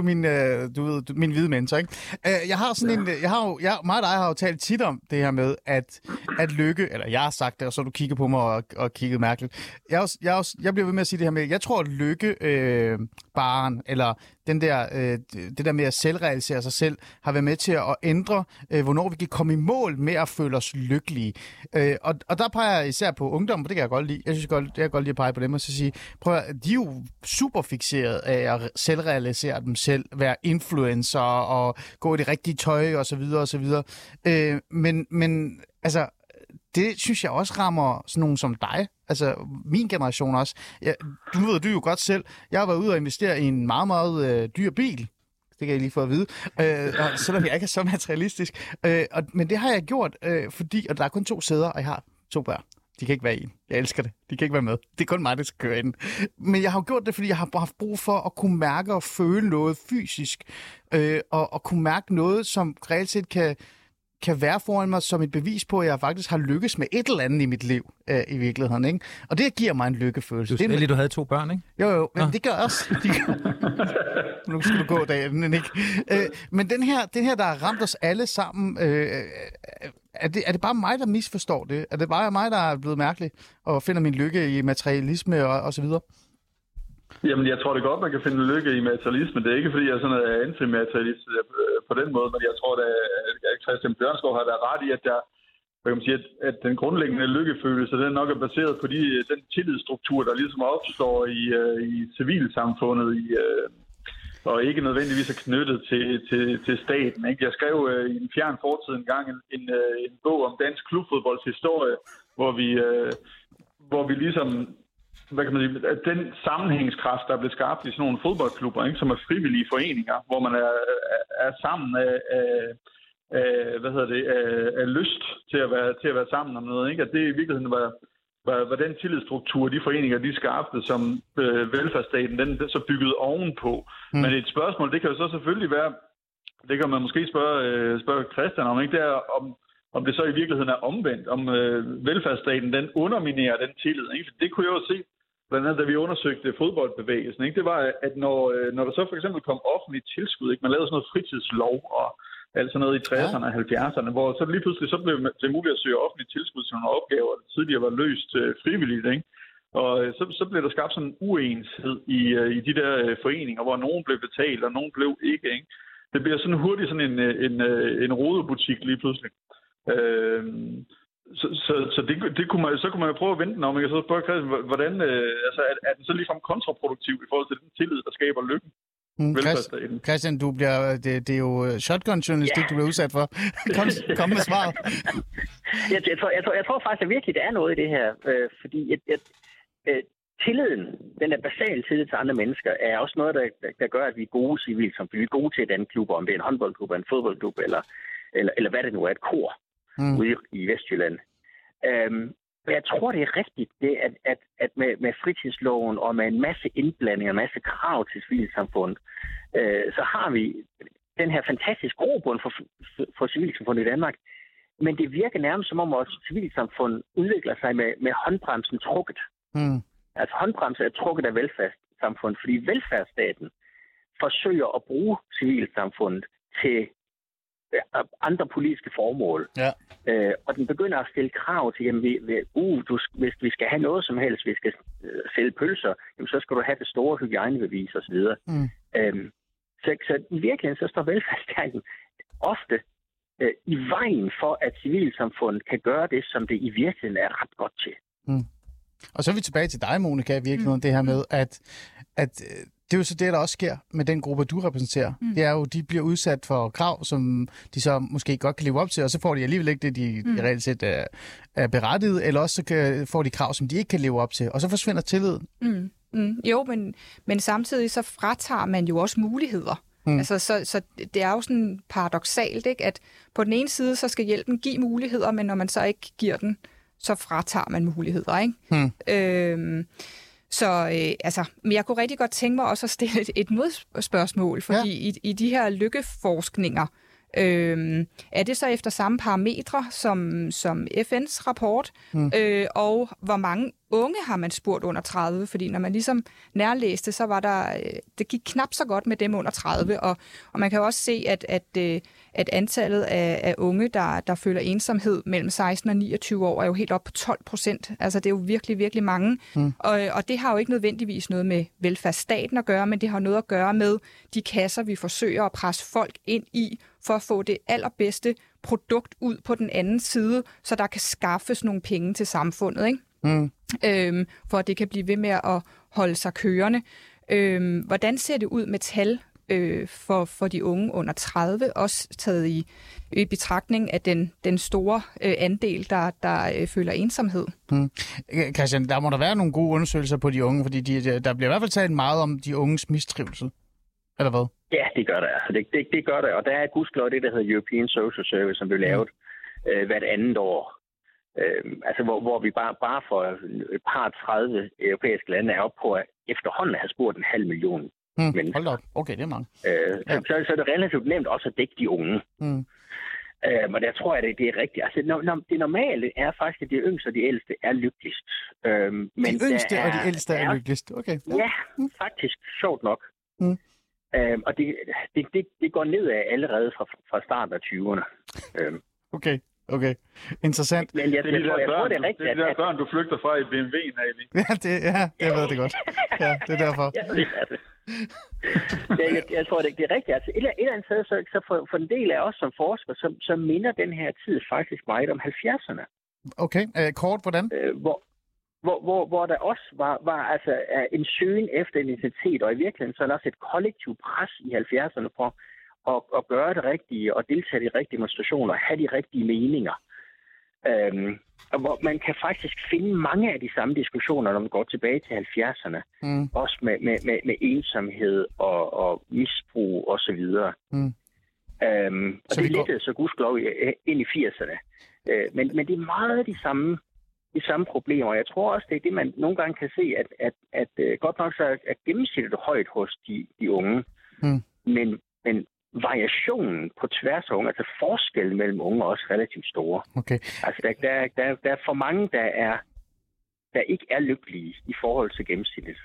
er min hvide mentor, ikke? Jeg har sådan mig og dig har jo talt tit om det her med, at lykke, eller jeg har sagt det, og så du kigger på mig og kigget mærkeligt. Jeg bliver ved med at sige det her med, jeg tror, at lykkebaren, eller det der med at selvrealisere sig selv, har været med til at ændre, hvornår vi kan komme i mål med at føle os lykkelige. Og der peger jeg især på ungdom, for det kan jeg godt lide. Jeg kan godt lide at pege på dem og så sige, prøv at, de er jo super fixeret af at selvrealisere dem selv, være influencer og gå i det rigtige tøj og så videre og så videre. Men altså, det synes jeg også rammer sådan nogen som dig. Altså, min generation også. Du ved jo godt selv, jeg har været ude og investere i en meget, meget dyr bil. Det kan jeg lige få at vide. Og selvom jeg ikke er så materialistisk. Men det har jeg gjort, fordi og der er kun 2 sæder, og jeg har 2 børn. De kan ikke være i. Jeg elsker det. De kan ikke være med. Det er kun mig, der skal køre ind. Men jeg har gjort det, fordi jeg har haft brug for at kunne mærke og føle noget fysisk. Og kunne mærke noget, som reelt set kan være foran mig som et bevis på, at jeg faktisk har lykkes med et eller andet i mit liv i virkeligheden. Ikke? Og det giver mig en lykkefølelse. Du sagde lige, du havde 2 børn, ikke? Jo, men det gør også. Nu skal du gå dagen, ikke? Men den her, der har ramt os alle sammen, er det bare mig, der misforstår det? Er det bare mig, der er blevet mærkelig og finder min lykke i materialisme og så videre? Jamen, jeg tror det godt, man kan finde lykke i materialisme. Det er ikke, fordi jeg sådan er anti-materialist på den måde, men jeg tror, at Christian Bjørnskov har da ret i, at at den grundlæggende lykkefølelse, den nok er baseret på den tillidsstruktur, der ligesom opstår i civilsamfundet, og ikke nødvendigvis er knyttet til staten. Ikke? Jeg skrev i en fjern fortid engang en bog om dansk klubfodbolds historie, hvor vi ligesom, hvad kan man sige, at den sammenhængskraft, der blev skabt i sådan nogle fodboldklubber, ikke, som er frivillige foreninger, hvor man er sammen af lyst til at være sammen om noget, ikke? At det i virkeligheden var den tillidsstruktur, de foreninger, de skabte, som velfærdsstaten, den så byggede ovenpå. Men et spørgsmål, det kan jo så selvfølgelig være, det kan man måske spørge Christian om, ikke? Det er, om det så i virkeligheden er omvendt, om velfærdsstaten, den underminerer den tillid, ikke? Det kunne jeg jo se, blandt andet, da vi undersøgte fodboldbevægelsen, ikke? Det var, at når der så for eksempel kom offentligt tilskud, ikke? Man lavede sådan noget fritidslov og alt sådan noget i 60'erne og 70'erne, hvor så lige pludselig så blev det muligt at søge offentligt tilskud til nogle opgaver, der tidligere var løst frivilligt, ikke? Og så blev der skabt sådan en uenshed i de der foreninger, hvor nogen blev betalt, og nogen blev ikke, ikke? Det bliver sådan hurtigt sådan en rodebutik lige pludselig. Så det kunne man, så kunne man jo prøve at vente den om. Jeg så spørge Christian, hvordan er den så ligefrem kontraproduktiv i forhold til den tillid, der skaber lykken? Christian, det er jo shotgun-journalistik, du bliver udsat for. Kom med svaret. Jeg tror faktisk, at virkelig, der er noget i det her. Fordi tilliden, den der basale tillid til andre mennesker, er også noget, der gør, at vi er gode civilsamfund. Vi er gode til et andet klub, om det er en håndboldklub, en fodboldklub, eller hvad det nu er, et kor ude i Vestjylland. Og jeg tror, det er rigtigt, det, at med fritidsloven og med en masse indblanding og en masse krav til civilsamfundet, så har vi den her fantastiske grobund for civilsamfundet i Danmark. Men det virker nærmest som om, at civilsamfundet udvikler sig med håndbremsen trukket. Altså håndbremsen er trukket af velfærdssamfundet, fordi velfærdsstaten forsøger at bruge civilsamfundet til andre politiske formål. Ja. Og den begynder at stille krav til, jamen, hvis vi skal have noget som helst, vi skal sælge pølser, jamen, så skal du have det store hygiejnebevis osv. Så i virkeligheden så står velfærdsstaten ofte i vejen for, at civilsamfundet kan gøre det, som det i virkeligheden er ret godt til. Og så er vi tilbage til dig, Monica, i virkeligheden, det her med, at det er jo så det, der også sker med den gruppe, du repræsenterer. Det er jo, de bliver udsat for krav, som de så måske godt kan leve op til, og så får de alligevel ikke det, de reelt set er berettiget, eller også så får de krav, som de ikke kan leve op til, og så forsvinder tilliden. Jo, men samtidig så fratager man jo også muligheder. Altså, så det er jo sådan paradoksalt, ikke? At på den ene side, så skal hjælpen give muligheder, men når man så ikke giver den, så fratager man muligheder, ikke? Men jeg kunne rigtig godt tænke mig også at stille et modspørgsmål, fordi i de her lykkeforskninger, er det så efter samme parametre som FN's rapport, og hvor mange unge har man spurgt under 30, fordi når man ligesom nærlæste, så var det gik knap så godt med dem under 30, og man kan også se, at antallet af unge, der føler ensomhed mellem 16 og 29 år, er jo helt op på 12%. Altså det er jo virkelig, virkelig mange, og det har jo ikke nødvendigvis noget med velfærdsstaten at gøre, men det har noget at gøre med de kasser, vi forsøger at presse folk ind i, for at få det allerbedste produkt ud på den anden side, så der kan skaffes nogle penge til samfundet, ikke? For at det kan blive ved med at holde sig kørende. Hvordan ser det ud med tal for de unge under 30, også taget i betragtning af den store andel, der føler ensomhed? Christian, der må der være nogle gode undersøgelser på de unge, fordi der bliver i hvert fald talt meget om de unges mistrivsel. Eller hvad? Ja, det gør der. Altså, det gør der. Og der er gudskelov det, der hedder European Social Service, som blev lavet hvert andet år. Altså, hvor vi bare for et par 30 europæiske lande er oppe på, at efterhånden har spurgt 500.000 mennesker. Hold op. Okay, det er mange. Så er det relativt nemt også at dække de unge. Og der tror jeg, det er rigtigt. Altså, det normale er faktisk, at de yngste og de ældste er lykkeligst. Men de yngste og de ældste er lykkeligst? Okay. Ja, faktisk. Sjovt nok. Og det går nedad allerede fra starten af 20'erne. Okay. Interessant. Men jeg tror, det er rigtigt. Det er de der børn, du flygter fra i BMW'en, Ali. Jeg ved det godt. Ja, det er derfor. Ja, det er det. Jeg tror, det er rigtigt. Altså, et eller andet sted, så for en del af os som forskere, så minder den her tid faktisk meget om 70'erne. Okay. Kort, hvordan? Hvor der også var altså en søgen efter identitet, og i virkeligheden så er der også et kollektivt pres i 70'erne for at gøre det rigtige, og deltage i de rigtige demonstrationer, og have de rigtige meninger. Og hvor man kan faktisk finde mange af de samme diskussioner, når man går tilbage til 70'erne. Også med ensomhed og misbrug og så videre. Og så det lettede så gudskelov ind i 80'erne. Men det er meget de samme problemer. Jeg tror også, det er det, man nogle gange kan se, at godt nok så er gennemsnittet højt hos de unge. Men variationen på tværs af unge, altså forskellen mellem unge, er også relativt store. Okay. Altså, der er for mange, der ikke er lykkelige i forhold til gennemsnittet.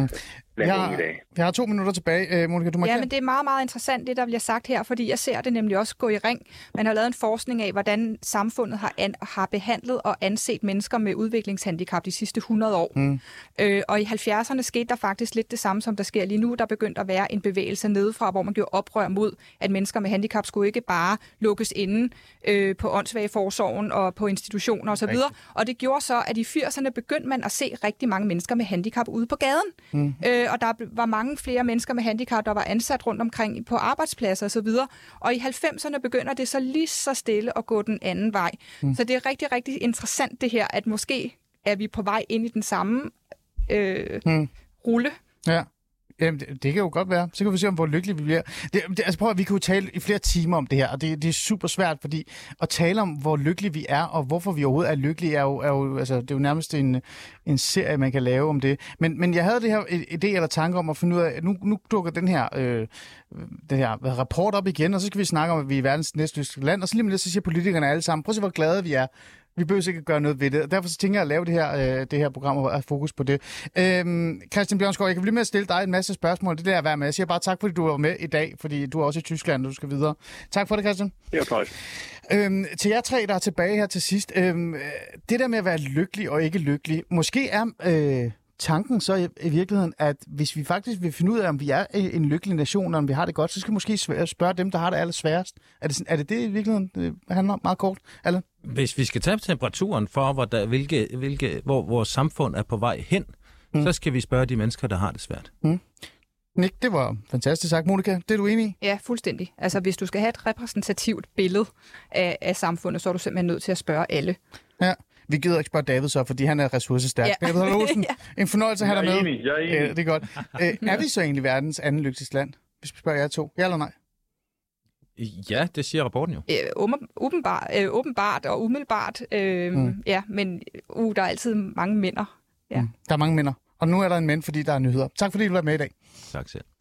Jeg har 2 minutter tilbage. Monika, du må men det er meget, meget interessant, det der bliver sagt her, fordi jeg ser det nemlig også gå i ring. Man har lavet en forskning af, hvordan samfundet har behandlet og anset mennesker med udviklingshandicap de sidste 100 år. Og i 70'erne skete der faktisk lidt det samme, som der sker lige nu. Der begyndte at være en bevægelse nedefra, hvor man gjorde oprør mod, at mennesker med handicap skulle ikke bare lukkes inde på åndssvageforsorgen og på institutioner osv. Og det gjorde så, at i 80'erne begyndte man at se rigtig mange mennesker med handicap ude på gaden. Og der var mange flere mennesker med handicap, der var ansat rundt omkring på arbejdspladser osv. Og i 90'erne begynder det så lige så stille at gå den anden vej. Så det er rigtig, rigtig interessant det her, at måske er vi på vej ind i den samme rulle. Ja. Jamen, det kan jo godt være. Så kan vi se, hvor lykkelige vi bliver. Altså prøv at vi kan jo tale i flere timer om det her, og det er super svært, fordi at tale om, hvor lykkelige vi er, og hvorfor vi overhovedet er lykkelige, er jo altså, det er jo nærmest en serie, man kan lave om det. Men jeg havde det her idé eller tanke om at finde ud af, at nu dukker den her rapport op igen, og så skal vi snakke om, at vi er verdens næstlykkeligste land, og så lige med det, så siger politikerne alle sammen, prøv at se, hvor glade vi er. Vi behøver ikke at gøre noget ved det. Derfor så tænker jeg at lave det her program og have fokus på det. Christian Bjørnskov, jeg kan blive med at stille dig en masse spørgsmål. Det er være med. Jeg siger bare tak, fordi du var med i dag, fordi du er også i Tyskland, og du skal videre. Tak for det, Christian. Det er klart. Til jer 3, der er tilbage her til sidst. Det der med at være lykkelig og ikke lykkelig, måske er tanken så i virkeligheden, at hvis vi faktisk vil finde ud af, om vi er en lykkelig nation, og om vi har det godt, så skal vi måske spørge dem, der har det allersværest. Er det i virkeligheden handler om meget kort? Eller? Hvis vi skal tage temperaturen for, hvor vores samfund er på vej hen, så skal vi spørge de mennesker, der har det svært. Nick, det var fantastisk sagt. Monika, det er du enig i? Ja, fuldstændig. Altså, hvis du skal have et repræsentativt billede af samfundet, så er du simpelthen nødt til at spørge alle. Ja. Vi gider ikke spørge David så, fordi han er ressourcestærk. Ja. David Olsen, en fornøjelse at have dig med. Jeg er enig. Det er godt. Er vi så egentlig verdens anden lykkeligste land? Hvis vi spørger jer 2. Ja eller nej? Ja, det siger rapporten jo. Åbenbart og umiddelbart. Ja, men der er altid mange mænd. Ja. Der er mange mænd. Og nu er der en mænd, fordi der er nyheder. Tak fordi du var med i dag. Tak selv.